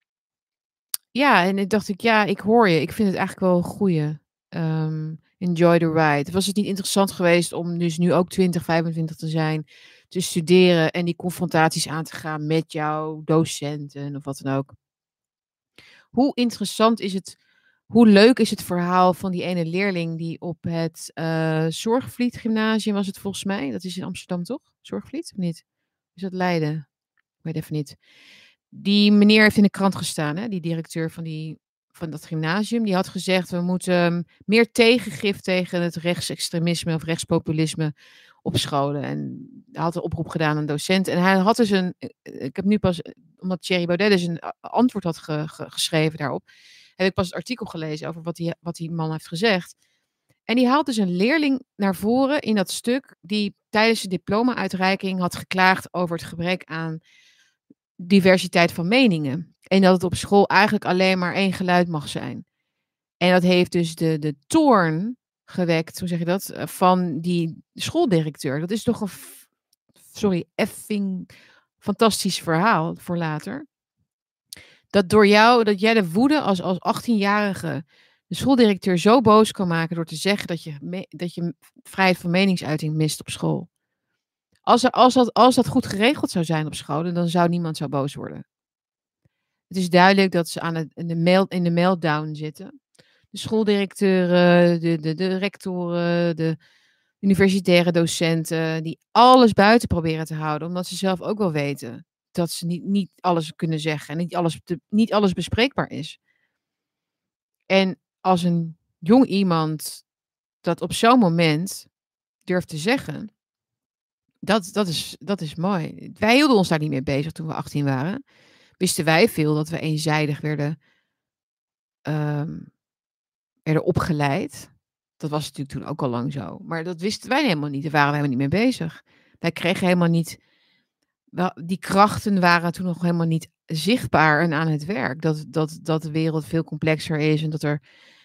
ja, en dan dacht ik, ja, ik hoor je. Ik vind het eigenlijk wel een goeie. Um, enjoy the ride. Was het niet interessant geweest om dus nu ook twintig, vijfentwintig te zijn, te studeren en die confrontaties aan te gaan met jouw docenten of wat dan ook. Hoe interessant is het, hoe leuk is het verhaal van die ene leerling die op het uh, Zorgvliet Gymnasium was het volgens mij. Dat is in Amsterdam toch? Zorgvliet of niet? Is dat Leiden? Ik weet even niet. Die meneer heeft in de krant gestaan, hè? Die directeur van, die, van dat gymnasium. Die had gezegd, we moeten um, meer tegengif tegen het rechtsextremisme of rechtspopulisme op scholen. En hij had een oproep gedaan aan docenten. En hij had dus een, ik heb nu pas, omdat Thierry Baudet dus een antwoord had ge, ge, geschreven daarop, heb ik pas het artikel gelezen over wat die, wat die man heeft gezegd. En die haalt dus een leerling naar voren in dat stuk die tijdens de diploma-uitreiking had geklaagd over het gebrek aan diversiteit van meningen. En dat het op school eigenlijk alleen maar één geluid mag zijn. En dat heeft dus de, de toorn gewekt, hoe zeg je dat, van die schooldirecteur. Dat is toch een, sorry, effing fantastisch verhaal voor later. Dat door jou, dat jij de woede als, als achttienjarige de schooldirecteur zo boos kan maken door te zeggen dat je, me, dat je vrijheid van meningsuiting mist op school. Als, er, als, dat, als dat goed geregeld zou zijn op scholen, dan zou niemand zo boos worden. Het is duidelijk dat ze aan het, in, de mail, in de meltdown zitten. De schooldirecteuren, de, de, de rectoren, de universitaire docenten, die alles buiten proberen te houden, omdat ze zelf ook wel weten dat ze niet, niet alles kunnen zeggen en niet alles, te, niet alles bespreekbaar is. En als een jong iemand dat op zo'n moment durft te zeggen, dat, dat, is, dat is mooi. Wij hielden ons daar niet mee bezig toen we achttien waren. Wisten wij veel dat we eenzijdig werden, um, werden opgeleid. Dat was natuurlijk toen ook al lang zo. Maar dat wisten wij helemaal niet. Daar waren we helemaal niet mee bezig. Wij kregen helemaal niet, wel, die krachten waren toen nog helemaal niet zichtbaar en aan het werk. Dat, dat, dat de wereld veel complexer is en dat er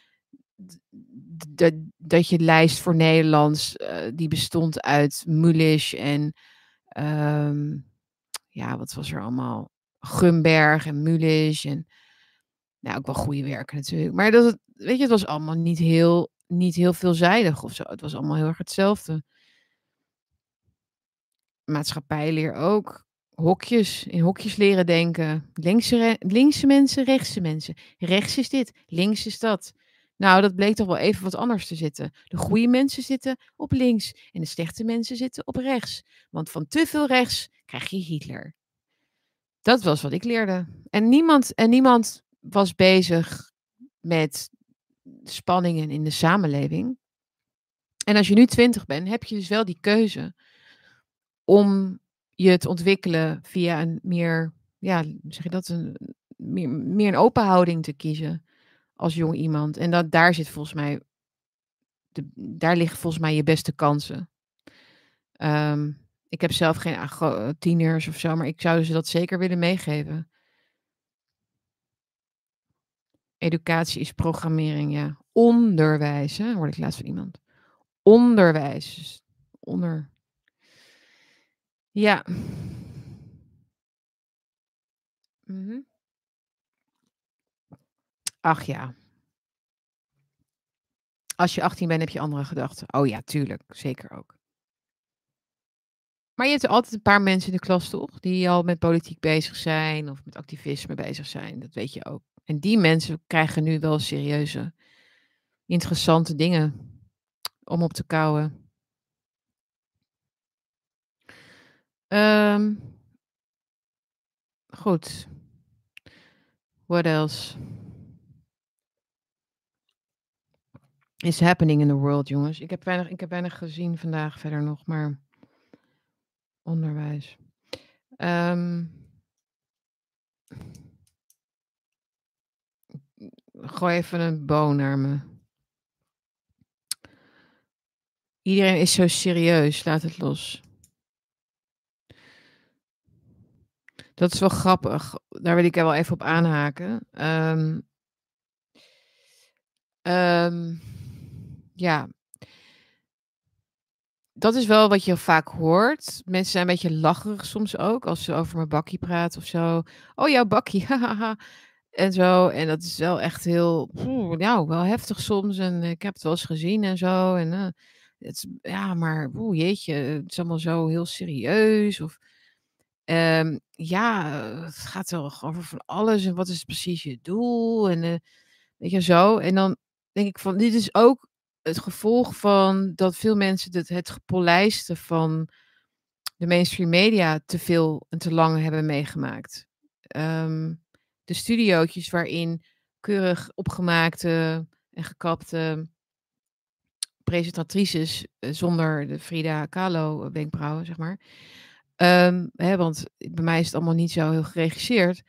dat, dat je lijst voor Nederlands, uh, die bestond uit Mulisch en um, ja, wat was er allemaal? Gumberg en Mulisch en nou, ook wel goede werken natuurlijk. Maar dat het, weet je, het was allemaal niet heel, niet heel veelzijdig of zo. Het was allemaal heel erg hetzelfde. Maatschappijleer ook. Hokjes, in hokjes leren denken. Linkse, linkse mensen, rechtse mensen. Rechts is dit, links is dat. Nou, dat bleek toch wel even wat anders te zitten. De goede mensen zitten op links en de slechte mensen zitten op rechts. Want van te veel rechts krijg je Hitler. Dat was wat ik leerde. En niemand, en niemand was bezig met spanningen in de samenleving. En als je nu twintig bent, heb je dus wel die keuze om je te ontwikkelen via een meer, ja, hoe zeg je dat, een meer meer een open houding te kiezen als jong iemand. En dat daar zit volgens mij de daar liggen volgens mij je beste kansen. Ehm, ik heb zelf geen ago tieners of zo, maar ik zou ze dat zeker willen meegeven. Educatie is programmering, ja. Onderwijs, hè, hoorde ik laatst van iemand. Onderwijs. Dus onder ja. Mhm. Ach ja. Als je achttien bent, heb je andere gedachten. Oh ja, tuurlijk, zeker ook. Maar je hebt altijd een paar mensen in de klas, toch? Die al met politiek bezig zijn of met activisme bezig zijn. Dat weet je ook. En die mensen krijgen nu wel serieuze, interessante dingen om op te kouwen. Ehm, goed. What else is happening in the world, jongens? Ik heb weinig, ik heb weinig gezien vandaag verder nog, maar onderwijs. Ehm, gooi even een boon naar me. Iedereen is zo serieus, laat het los. Dat is wel grappig. Daar wil ik er wel even op aanhaken. Ehm, ehm, ja. Dat is wel wat je vaak hoort. Mensen zijn een beetje lacherig soms ook als ze over mijn bakkie praten of zo. "Oh, jouw bakkie, hahaha." En zo. En dat is wel echt heel, poeh, nou, wel heftig soms. En ik heb het wel eens gezien en zo. En eh, het is, ja, maar oeh, jeetje, het is allemaal zo heel serieus. Of Ehm, ja, eh, het gaat wel over van alles en wat is precies je doel en, eh, weet je, zo. En dan denk ik van, dit is ook het gevolg van dat veel mensen het het gepolijste van de mainstream media te veel en te lang hebben meegemaakt. Ehm, de studiootjes waarin keurig opgemaakte en gekapte presentatrices, eh, zonder de Frida Kahlo wenkbrauwen, zeg maar. Ehm, hè, want bij mij is het allemaal niet zo heel geregisseerd.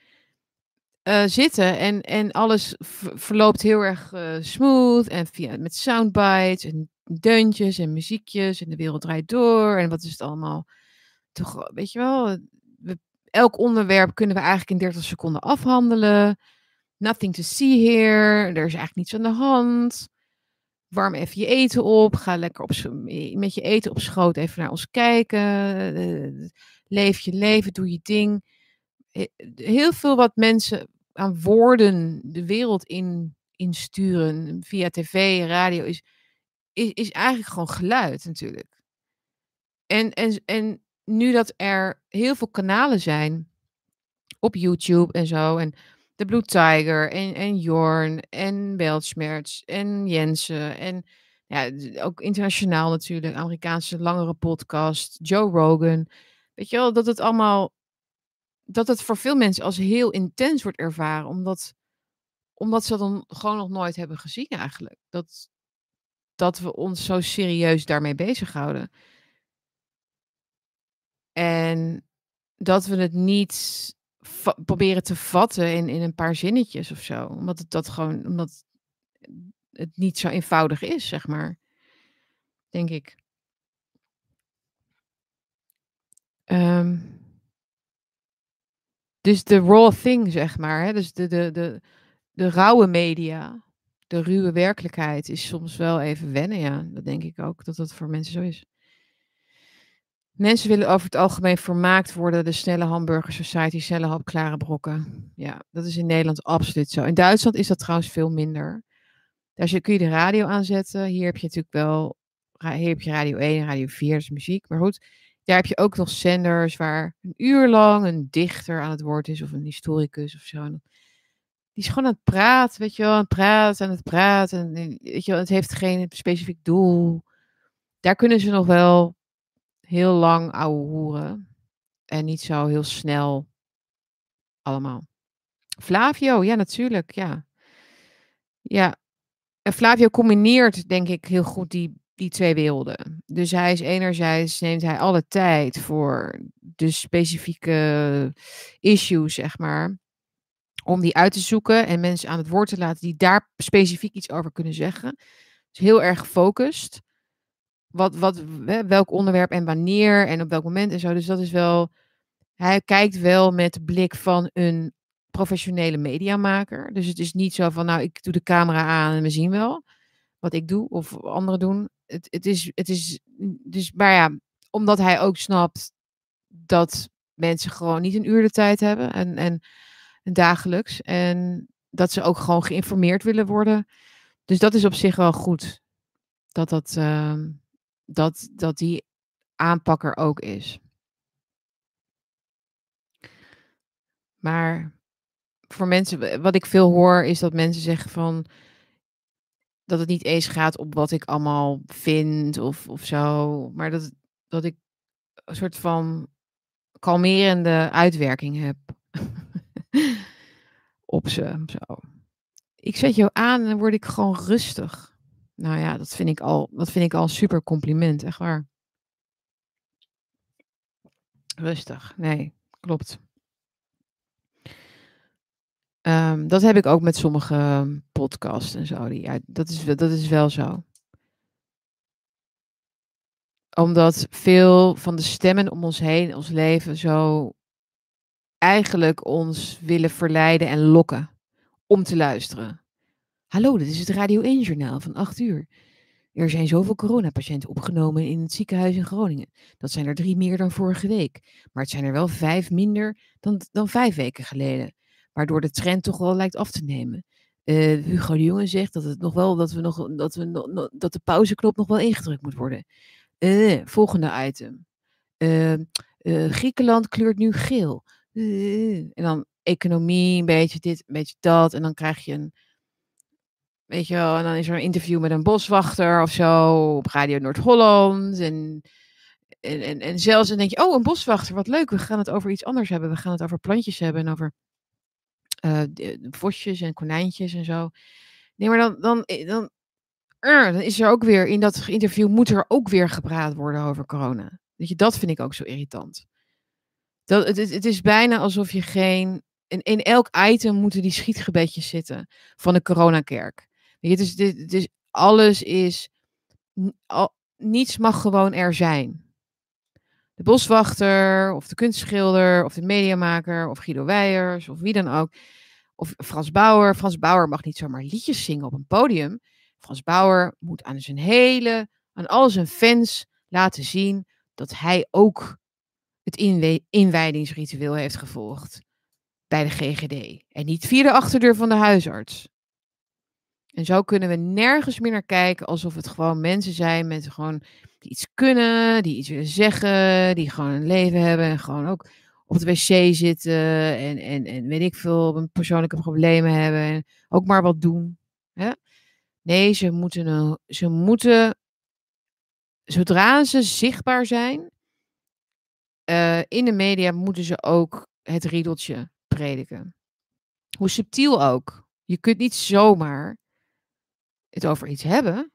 Eh, zitten en en alles ver verloopt heel erg, eh, smooth en via met soundbites en deuntjes en muziekjes en de wereld draait door en wat is het allemaal toch, weet je wel, we elk onderwerp kunnen we eigenlijk in dertig seconden afhandelen. Nothing to see here, er is eigenlijk niets aan de hand. Warm even je eten op. Ga lekker op, met je eten op schoot even naar ons kijken. Uh, leef je leven, doe je ding. Heel veel wat mensen aan woorden de wereld in, insturen via tv, radio, is, is, is eigenlijk gewoon geluid natuurlijk. En, en, en nu dat er heel veel kanalen zijn op YouTube en zo. En de Blue Tiger en, en Jorn en Weltschmerz en Jensen. En ja, d- ook internationaal natuurlijk. Amerikaanse langere podcast. Joe Rogan. Weet je wel, dat het allemaal... Dat het voor veel mensen als heel intens wordt ervaren. Omdat, omdat ze dat dan gewoon nog nooit hebben gezien eigenlijk. Dat, dat we ons zo serieus daarmee bezighouden. En dat we het niet va proberen te vatten in in een paar zinnetjes of zo. Omdat het dat gewoon omdat het niet zo eenvoudig is, zeg maar, denk ik. Ehm, dus de raw thing, zeg maar, hè, dus de de de de rauwe media, de ruwe werkelijkheid is soms wel even wennen, ja. Dat denk ik ook, dat dat voor mensen zo is. Mensen willen over het algemeen vermaakt worden, de snelle hamburger society, snelle hapklare brokken. Ja, dat is in Nederland absoluut zo. In Duitsland is dat trouwens veel minder. Daar zit kun je de radio aanzetten. Hier heb je natuurlijk wel ra hier heb je Radio één en Radio vier, dat is muziek. Maar goed, daar heb je ook nog zenders waar een uur lang een dichter aan het woord is of een historicus of zo. En die is gewoon aan het praten, weet je wel, aan het praten, aan het praten. En, en weet je wel, het heeft geen specifiek doel. Daar kunnen ze nog wel heel lang ouwehoeren en niet zo heel snel allemaal. Flavio, ja natuurlijk, ja. Ja, en Flavio combineert denk ik heel goed die die twee werelden. Dus hij is enerzijds neemt hij alle tijd voor de specifieke issues, zeg maar, om die uit te zoeken en mensen aan het woord te laten die daar specifiek iets over kunnen zeggen. Dus heel erg gefocust. Wat, wat, hè, welk onderwerp en wanneer en op welk moment en zo. Dus dat is wel. Hij kijkt wel met de blik van een professionele mediamaker. Dus het is niet zo van, nou, ik doe de camera aan en we zien wel wat ik doe of anderen doen. Het, het is, het is, dus, maar ja, omdat hij ook snapt dat mensen gewoon niet een uur de tijd hebben en, en, en dagelijks. En dat ze ook gewoon geïnformeerd willen worden. Dus dat is op zich wel goed. Dat, dat, ehm, dat, dat die aanpak er ook is. Maar voor mensen, wat ik veel hoor, is dat mensen zeggen van dat het niet eens gaat om wat ik allemaal vind of, of zo. Maar dat, dat ik een soort van kalmerende uitwerking heb op ze. Zo. Ik zet jou aan en dan word ik gewoon rustig. Nou ja, dat vind ik al, dat vind ik al een super compliment, echt waar. Rustig, nee, klopt. Um, dat heb ik ook met sommige podcasts en zo. Die, ja, dat, is, dat is wel zo. Omdat veel van de stemmen om ons heen, ons leven, zo eigenlijk ons willen verleiden en lokken om te luisteren. Hallo, dit is het Radio één Journaal van acht uur. Er zijn zoveel coronapatiënten opgenomen in het ziekenhuis in Groningen. Dat zijn er drie meer dan vorige week. Maar het zijn er wel vijf minder dan, dan vijf weken geleden. Waardoor de trend toch wel lijkt af te nemen. Uh, Hugo de Jonge zegt dat, het nog wel, dat, we nog, dat, we nog, dat de pauzeknop nog wel ingedrukt moet worden. Uh, volgende item. Uh, uh, Griekenland kleurt nu geel. Uh, en dan economie, een beetje dit, een beetje dat. En dan krijg je een... Weet je wel, en dan is er een interview met een boswachter of zo op Radio Noord-Holland. En, en, en, en zelfs dan denk je, oh, een boswachter, wat leuk. We gaan het over iets anders hebben. We gaan het over plantjes hebben en over uh, de, de vosjes en konijntjes en zo. Nee, maar dan, dan, dan, uh, dan is er ook weer, in dat interview moet er ook weer gepraat worden over corona. Weet je, dat vind ik ook zo irritant. Dat, het, het is bijna alsof je geen... In, in elk item moeten die schietgebedjes zitten van de coronakerk. Weet je, het is, dit, het is, alles is... Al, niets mag gewoon er zijn. De boswachter, of de kunstschilder, of de mediamaker, of Guido Weijers, of wie dan ook. Of Frans Bauer. Frans Bauer mag niet zomaar liedjes zingen op een podium. Frans Bauer moet aan zijn hele, aan al zijn fans laten zien dat hij ook het inwe- inwijdingsritueel heeft gevolgd bij de G G D. En niet via de achterdeur van de huisarts. En zo kunnen we nergens meer naar kijken alsof het gewoon mensen zijn met gewoon die iets kunnen, die iets willen zeggen, die gewoon een leven hebben en gewoon ook op de wc zitten en, en, en weet ik veel, persoonlijke problemen hebben en ook maar wat doen. Hè? Nee, ze moeten, een, ze moeten, zodra ze zichtbaar zijn, uh, in de media moeten ze ook het riedeltje prediken. Hoe subtiel ook. Je kunt niet zomaar het over iets hebben.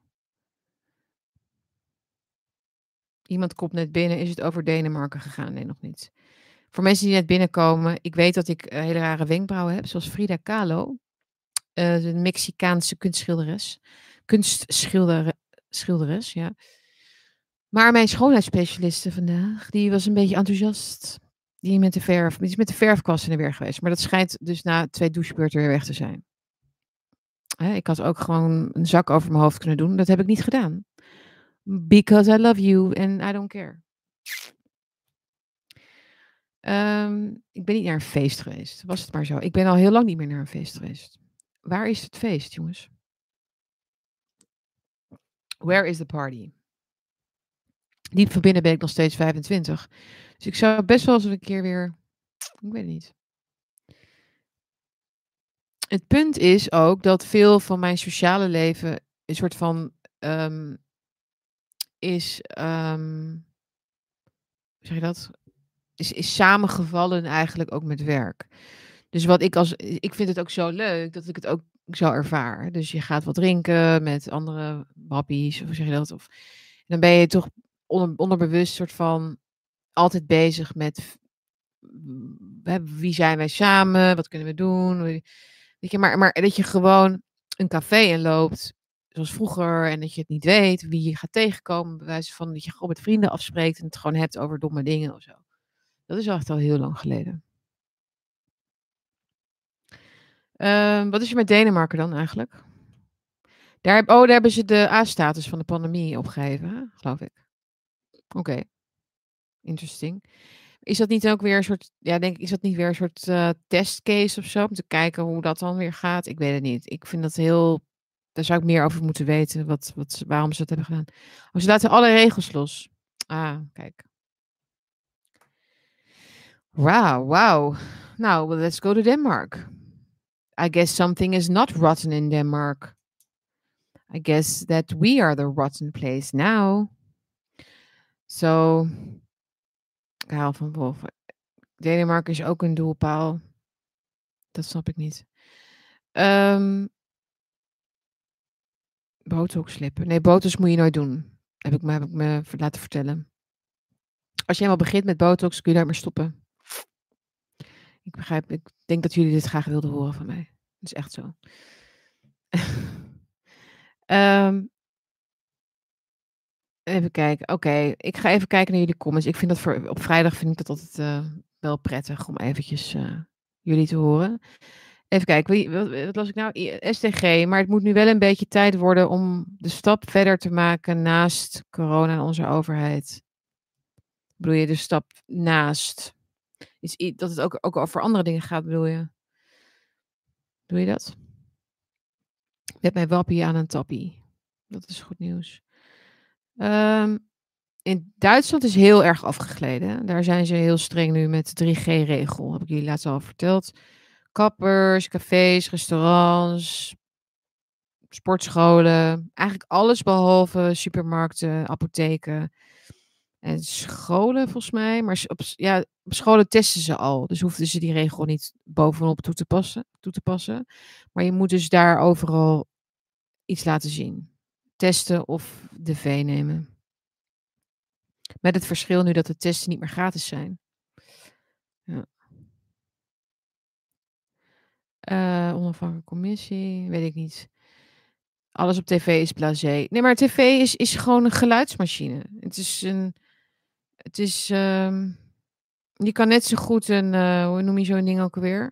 Iemand komt net binnen. Is het over Denemarken gegaan? Nee, nog niet. Voor mensen die net binnenkomen. Ik weet dat ik uh, hele rare wenkbrauwen heb. Zoals Frida Kahlo. Uh, een Mexicaanse kunstschilderes. Kunstschilderes, ja. Maar mijn schoonheidsspecialiste vandaag. Die was een beetje enthousiast. Die, met de verf, die is met de verfkwast in de weer geweest. Maar dat schijnt dus na twee douchebeurten weer weg te zijn. Hè, ik had ook gewoon een zak over mijn hoofd kunnen doen. Dat heb ik niet gedaan. Because I love you and I don't care. Um, ik ben niet naar een feest geweest. Was het maar zo. Ik ben al heel lang niet meer naar een feest geweest. Waar is het feest, jongens? Where is the party? Diep van binnen ben ik nog steeds vijfentwintig. Dus ik zou best wel eens een keer weer... Ik weet het niet. Het punt is ook dat veel van mijn sociale leven een soort van... Um, is... Um, hoe zeg je dat? Is, is samengevallen eigenlijk ook met werk. Dus wat ik als... Ik vind het ook zo leuk dat ik het ook zo ervaar. Dus je gaat wat drinken met andere wappies, of hoe zeg je dat? Of dan ben je toch onder onderbewust soort van altijd bezig met v w wie zijn wij samen? Wat kunnen we doen? Weet je, maar maar dat je gewoon een café inloopt, zoals vroeger, en dat je het niet weet wie je gaat tegenkomen, bij wijze van dat je gewoon met vrienden afspreekt en het gewoon hebt over domme dingen of zo. Dat is echt al heel lang geleden. Ehm, wat is er met Denemarken dan eigenlijk? Daar heb oh, daar hebben ze de A-status van de pandemie opgeheven, hè, geloof ik. Oké, interesting. Is dat niet ook weer een soort ja, denk ik, is dat niet weer een soort, eh, testcase of zo, om te kijken hoe dat dan weer gaat? Ik weet het niet. Ik vind dat heel daar zou ik meer over moeten weten, wat wat ze waarom ze dat hebben gedaan. Oh, ze laten alle regels los. Ah, kijk. Wow, wow. Nou, well, let's go to Denmark. I guess something is not rotten in Denmark. I guess that we are the rotten place now. So, ik hou van wolven. Denemarken is ook een doelpaal. Dat snap ik niet. Ehm botox slippen. Nee, botox moet je nooit doen. Heb ik me heb ik me v laten vertellen. Als je eenmaal begint met botox, kun je nooit meer stoppen. Ik begrijp ik denk dat jullie dit graag wilden horen van mij. Dat is echt zo. Ehm Even kijken. Oké, ik ga even kijken naar jullie comments. Ik vind dat voor op vrijdag vind ik dat altijd, eh, wel prettig om eventjes, eh, jullie te horen. Even kijken, wie wat wat las ik nou? I S T G, maar het moet nu wel een beetje tijd worden om de stap verder te maken naast corona en onze overheid. Bedoel je de stap naast? Is i dat het ook ook over andere dingen gaat, bedoel je? Doe je dat? Met mijn wappie aan een tappie. Dat is goed nieuws. Ehm, in Duitsland is heel erg afgegleden. Daar zijn ze heel streng nu met de drie G-regel. Heb ik jullie laatst al verteld. Kappers, cafés, restaurants, sportscholen. Eigenlijk alles behalve supermarkten, apotheken en scholen volgens mij. Maar s op s ja, op scholen testen ze al. Dus hoefden ze die regel niet bovenop toe te passen toe te passen. Maar je moet dus daar overal iets laten zien. Testen of de V nemen. Met het verschil nu dat de testen niet meer gratis zijn. Ja. Eh, onafhankelijke commissie, weet ik niet. Alles op tv is blasé. Nee, maar tv is is gewoon een geluidsmachine. Het is een het is, ehm je kan net zo goed een, eh, hoe noem je zo'n ding ook alweer?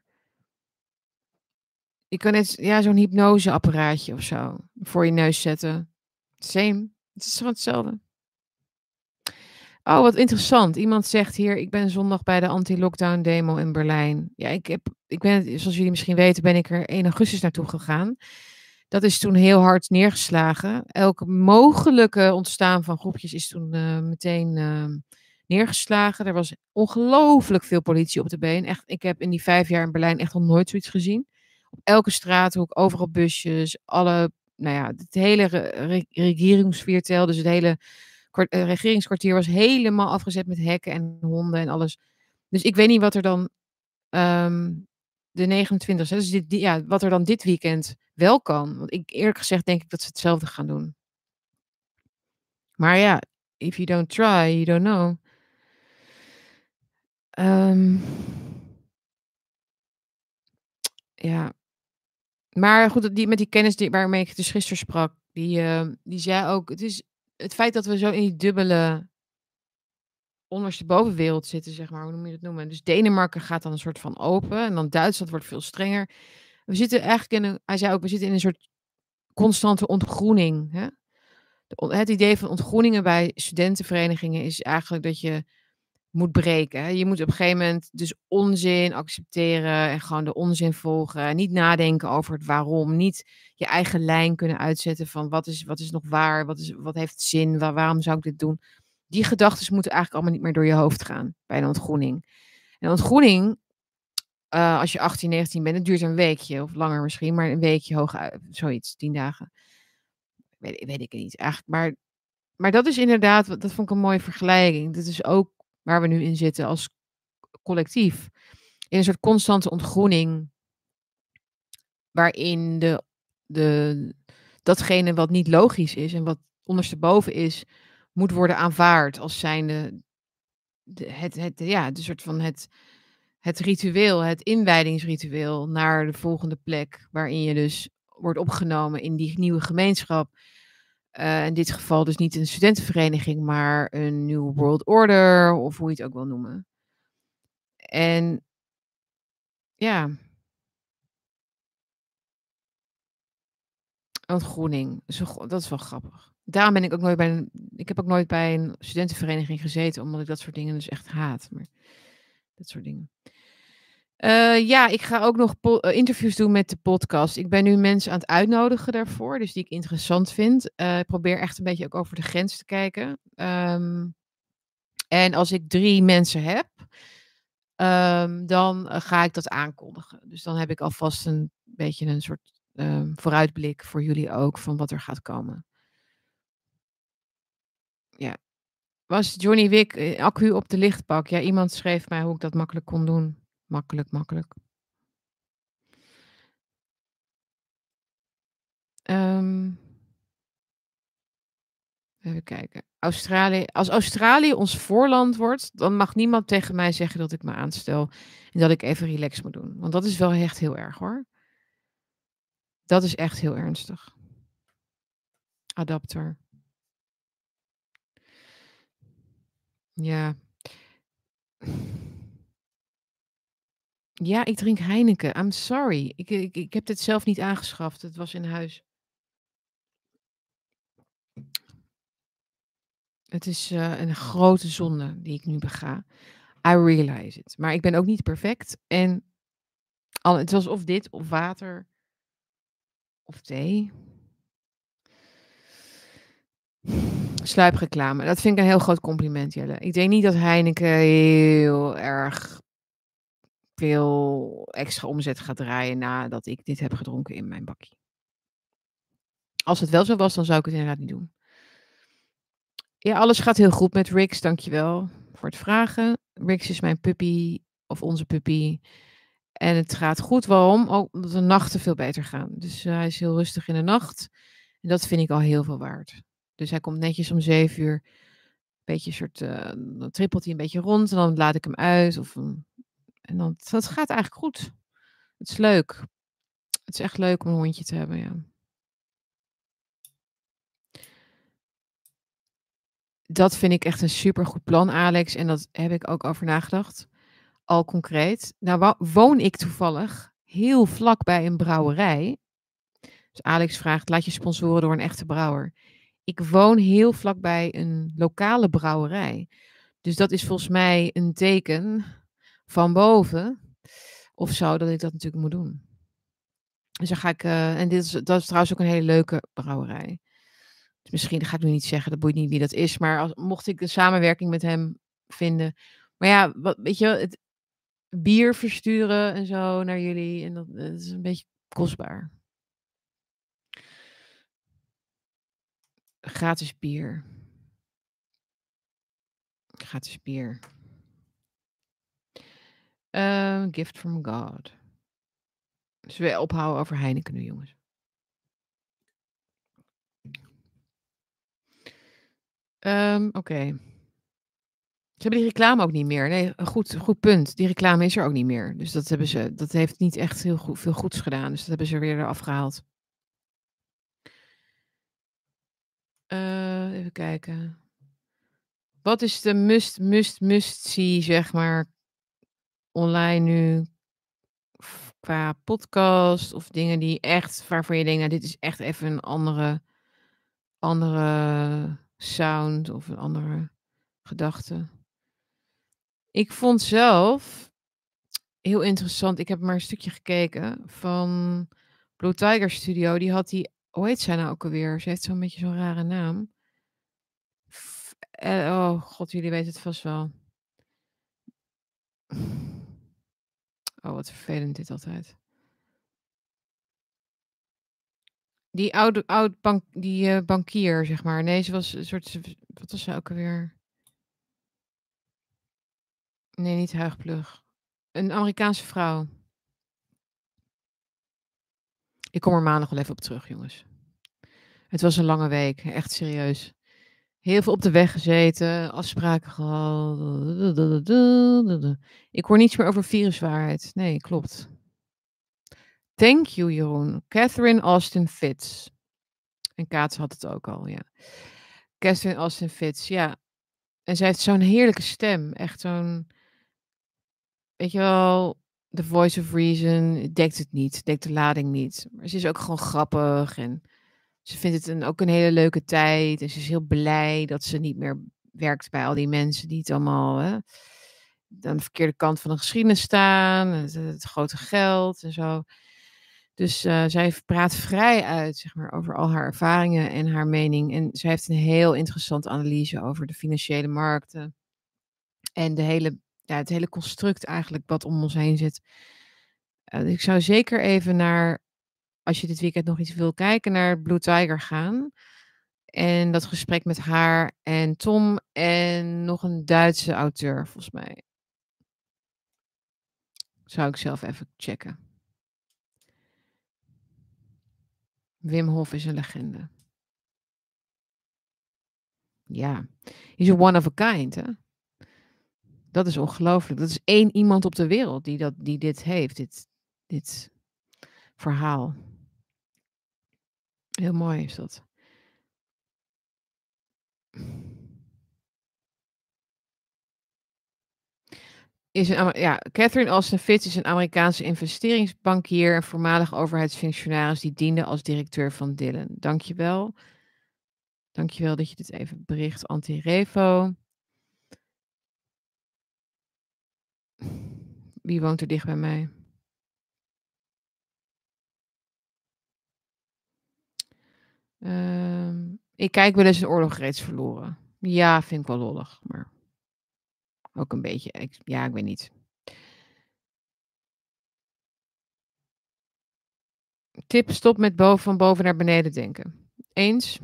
Je kan net ja, zo'n hypnoseapparaatje of zo voor je neus zetten. Same. Het is gewoon hetzelfde. Oh, wat interessant. Iemand zegt hier: "Ik ben zondag bij de anti-lockdown demo in Berlijn." Ja, ik heb ik ben zoals jullie misschien weten, ben ik er één augustus naartoe gegaan. Dat is toen heel hard neergeslagen. Elke mogelijke ontstaan van groepjes is toen, eh, meteen, ehm, neergeslagen. Er was ongelooflijk veel politie op de been. Echt, ik heb in die vijf jaar in Berlijn echt nog nooit zoiets gezien. Op elke straathoek, overal busjes, alle nou ja, het hele re re regeringsviertel, dus het hele kwart eh, regeringskwartier was helemaal afgezet met hekken en honden en alles. Dus ik weet niet wat er dan, ehm, de negenentwintigste, dus dit die ja, wat er dan dit weekend wel kan. Want ik eerlijk gezegd denk ik dat ze hetzelfde gaan doen. Maar ja, if you don't try, you don't know. Ehm ja. Maar goed, die met die kennis die waarmee ik dus gisteren sprak, die, ehm, die zei ook: "Het is het feit dat we zo in die dubbele onderstebovenwereld zitten, zeg maar, hoe noem je dat noemen? Dus Denemarken gaat dan een soort van open en dan Duitsland wordt veel strenger. We zitten eigenlijk in een" hij zei ook: "We zitten in een soort constante ontgroening, hè." De on het idee van ontgroeningen bij studentenverenigingen is eigenlijk dat je moet breken, hè. Je moet op een gegeven moment dus onzin accepteren en gewoon de onzin volgen. Niet nadenken over het waarom. Niet je eigen lijn kunnen uitzetten van wat is wat is nog waar? Wat is wat heeft zin? Wa waarom zou ik dit doen? Die gedachtes moeten eigenlijk allemaal niet meer door je hoofd gaan bij een ontgroening. Een ontgroening, eh, als je achttien, negentien bent, het duurt een weekje of langer misschien, maar een weekje hooguit, zoiets, tien dagen. Weet weet ik niet eigenlijk, maar maar dat is inderdaad dat vond ik een mooie vergelijking. Dat is ook waar we nu in zitten als collectief. In een soort constante ontgroening waarin de de datgene wat niet logisch is en wat ondersteboven is, moet worden aanvaard als zijnde de het het ja, de soort van het het ritueel, het inwijdingsritueel naar de volgende plek, waarin je dus wordt opgenomen in die nieuwe gemeenschap. Eh, in dit geval dus niet een studentenvereniging, maar een New World Order of hoe je het ook wil noemen. En ja, ontgroening. Zo go dat is wel grappig. Daarom ben ik ook nooit bij een ik heb ook nooit bij een studentenvereniging gezeten, omdat ik dat soort dingen dus echt haat, maar dat soort dingen. Eh, ja, ik ga ook nog po eh, interviews doen met de podcast. Ik ben nu mensen aan het uitnodigen daarvoor, dus die ik interessant vind. Eh, ik probeer echt een beetje ook over de grens te kijken. Ehm, en als ik drie mensen heb, ehm, dan, eh, ga ik dat aankondigen. Dus dan heb ik alvast een beetje een soort, ehm, vooruitblik voor jullie ook van wat er gaat komen. Ja. Was Johnny Wick, eh, accu op de lichtbak? Ja, iemand schreef mij hoe ik dat makkelijk kon doen. Makkelijk, makkelijk. Ehm, even kijken. Australië als Australië ons voorland wordt, dan mag niemand tegen mij zeggen dat ik me aanstel en dat ik even relax moet doen. Want dat is wel echt heel erg, hoor. Dat is echt heel ernstig. Adapter. Ja. Ja, ik drink Heineken. I'm sorry. Ik ik ik heb dit zelf niet aangeschaft. Het was in huis. Het is, eh, een grote zonde die ik nu bega. I realize it. Maar ik ben ook niet perfect en al het was of dit of water of thee. Sluipreclame. Dat vind ik een heel groot compliment, Jelle. Ik denk niet dat Heineken heel erg veel extra omzet gaat draaien nadat ik dit heb gedronken in mijn bakkie. Als het wel zo was, dan zou ik het inderdaad niet doen. Ja, alles gaat heel goed met Rix, dankjewel voor het vragen. Rix is mijn puppy of onze puppy. En het gaat goed. Waarom? Ook omdat de nachten veel beter gaan. Dus, eh, hij is heel rustig in de nacht. En dat vind ik al heel veel waard. Dus hij komt netjes om zeven uur. Beetje een soort, eh, dan trippelt hij een beetje rond en dan laat ik hem uit of, hm, en dan dat gaat eigenlijk goed. Het is leuk. Het is echt leuk om een hondje te hebben, ja. Dat vind ik echt een supergoed plan, Alex, en dat heb ik ook over nagedacht. Al concreet. Nou wa woon ik toevallig heel vlak bij een brouwerij. Dus Alex vraagt: "Laat je sponsoren door een echte brouwer." Ik woon heel vlakbij een lokale brouwerij. Dus dat is volgens mij een teken van boven of zo dat ik dat natuurlijk moet doen. Dus dan ga ik, eh, en dit is dat is trouwens ook een hele leuke brouwerij. Dus misschien dat ga ik nu niet zeggen, dat boeit niet wie dat is, maar als mocht ik een samenwerking met hem vinden. Maar ja, wat weet je wel, het bier versturen en zo naar jullie en dat, eh, is een beetje kostbaar. Gratis bier. Gratis bier. Ehm, gift from God. Zullen we ophouden over Heineken nu, jongens? Ehm, oké. Ze hebben die reclame ook niet meer. Nee, een goed, goed punt. Die reclame is er ook niet meer. Dus dat hebben ze, dat heeft niet echt heel goed, veel goeds gedaan. Dus dat hebben ze weer eraf gehaald. Eh, even kijken. Wat is de must, must, must see, zeg maar, online nu f- qua podcast of dingen die echt, waarvan je denkt, nou, dit is echt even een andere, andere sound of een andere gedachte. Ik vond zelf heel interessant. Ik heb maar een stukje gekeken van Blue Tiger Studio. Die had die, hoe heet zij nou ook alweer? Ze heeft zo'n beetje zo'n rare naam. F- eh, oh god, jullie weten het vast wel. Oh, wat vervelend dit altijd. Die oude, oud bank, die eh, bankier, zeg maar. Nee, ze was een soort, wat was ze ook alweer? Nee, niet Huigplug. Een Amerikaanse vrouw. Ik kom er maandag wel even op terug, jongens. Het was een lange week, echt serieus. Heel veel op de weg gezeten, afspraken gehad. Ik hoor niets meer over viruswaarheid. Nee, klopt. Thank you, Jeroen. Catherine Austin Fitz. En Kaats had het ook al, ja. Catherine Austin Fitz, ja. En zij heeft zo'n heerlijke stem. Echt zo'n, weet je wel, The Voice of Reason dekt het niet, dekt de lading niet. Maar ze is ook gewoon grappig en ze vindt het een, ook een hele leuke tijd. En ze is heel blij dat ze niet meer werkt bij al die mensen die het allemaal hè, aan de verkeerde kant van de geschiedenis staan. Het, het grote geld en zo. Dus uh, zij praat vrij uit zeg maar, over al haar ervaringen en haar mening. En zij heeft een heel interessante analyse over de financiële markten. En de hele, ja, het hele construct eigenlijk wat om ons heen zit. Uh, dus ik zou zeker even naar, als je dit weekend nog iets wil kijken, naar Blue Tiger gaan. En dat gesprek met haar en Tom en nog een Duitse auteur, volgens mij. Zou ik zelf even checken. Wim Hof is een legende. Ja, he's a one of a kind, hè? Dat is ongelooflijk. Dat is één iemand op de wereld die, dat, die dit heeft, dit, dit verhaal. Heel mooi is dat. Is een, ja, Catherine Austin Fitz is een Amerikaanse investeringsbankier en voormalig overheidsfunctionaris die diende als directeur van Dillon. Dankjewel. Dankjewel dat je dit even bericht, Anti-Revo. Wie woont er dicht bij mij? Uh, ik kijk wel eens een oorlog reeds verloren. Ja, vind ik wel lollig, maar ook een beetje. Ik, ja, ik weet niet. Tip, stop met boven, van boven naar beneden denken. Eens?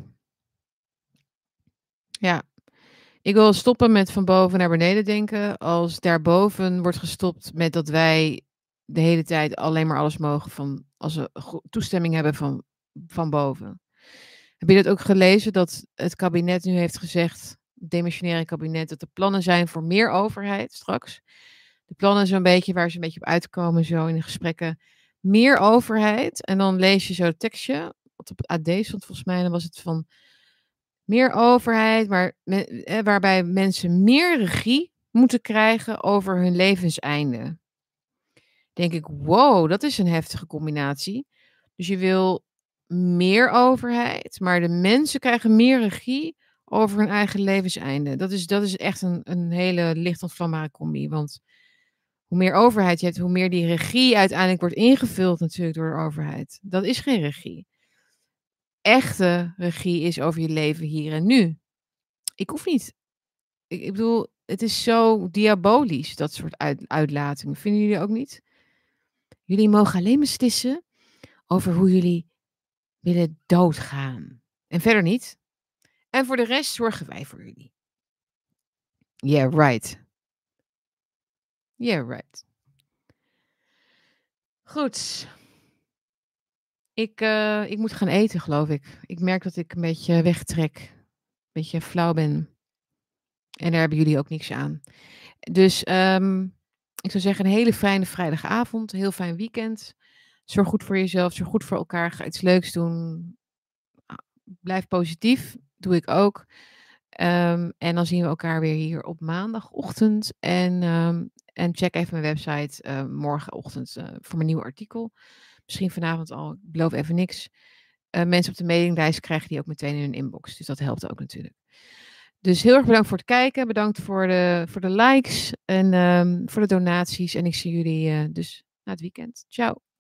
Ja. Ik wil stoppen met van boven naar beneden denken. Als daarboven wordt gestopt met dat wij de hele tijd alleen maar alles mogen van, als we toestemming hebben van, van boven. Heb je dat ook gelezen, dat het kabinet nu heeft gezegd, het demissionaire kabinet, dat er plannen zijn voor meer overheid straks? De plannen zo'n beetje, waar ze een beetje op uitkomen zo in de gesprekken. Meer overheid. En dan lees je zo het tekstje, wat op het A D stond volgens mij, en dan was het van meer overheid, maar me, eh, waarbij mensen meer regie moeten krijgen over hun levenseinde. Denk ik, wow, dat is een heftige combinatie. Dus je wil meer overheid, maar de mensen krijgen meer regie over hun eigen levenseinde. Dat is, dat is echt een, een hele licht ontvlambare combi. Want hoe meer overheid je hebt, hoe meer die regie uiteindelijk wordt ingevuld natuurlijk door de overheid. Dat is geen regie. Echte regie is over je leven hier en nu. Ik hoef niet. Ik, ik bedoel, het is zo diabolisch, dat soort uit, uitlatingen. Vinden jullie ook niet? Jullie mogen alleen beslissen over hoe jullie willen doodgaan. En verder niet. En voor de rest zorgen wij voor jullie. Yeah, right. Yeah, right. Goed. Ik, uh, ik moet gaan eten, geloof ik. Ik merk dat ik een beetje wegtrek. Een beetje flauw ben. En daar hebben jullie ook niks aan. Dus um, ik zou zeggen een hele fijne vrijdagavond. Een heel fijn weekend. Zorg goed voor jezelf. Zorg goed voor elkaar. Ga iets leuks doen. Blijf positief. Doe ik ook. Um, en dan zien we elkaar weer hier op maandagochtend. En, um, en check even mijn website uh, morgenochtend uh, voor mijn nieuwe artikel. Misschien vanavond al. Ik beloof even niks. Uh, mensen op de mailinglijst krijgen die ook meteen in hun inbox. Dus dat helpt ook natuurlijk. Dus heel erg bedankt voor het kijken. Bedankt voor de, voor de likes en um, voor de donaties. En ik zie jullie uh, dus na het weekend. Ciao.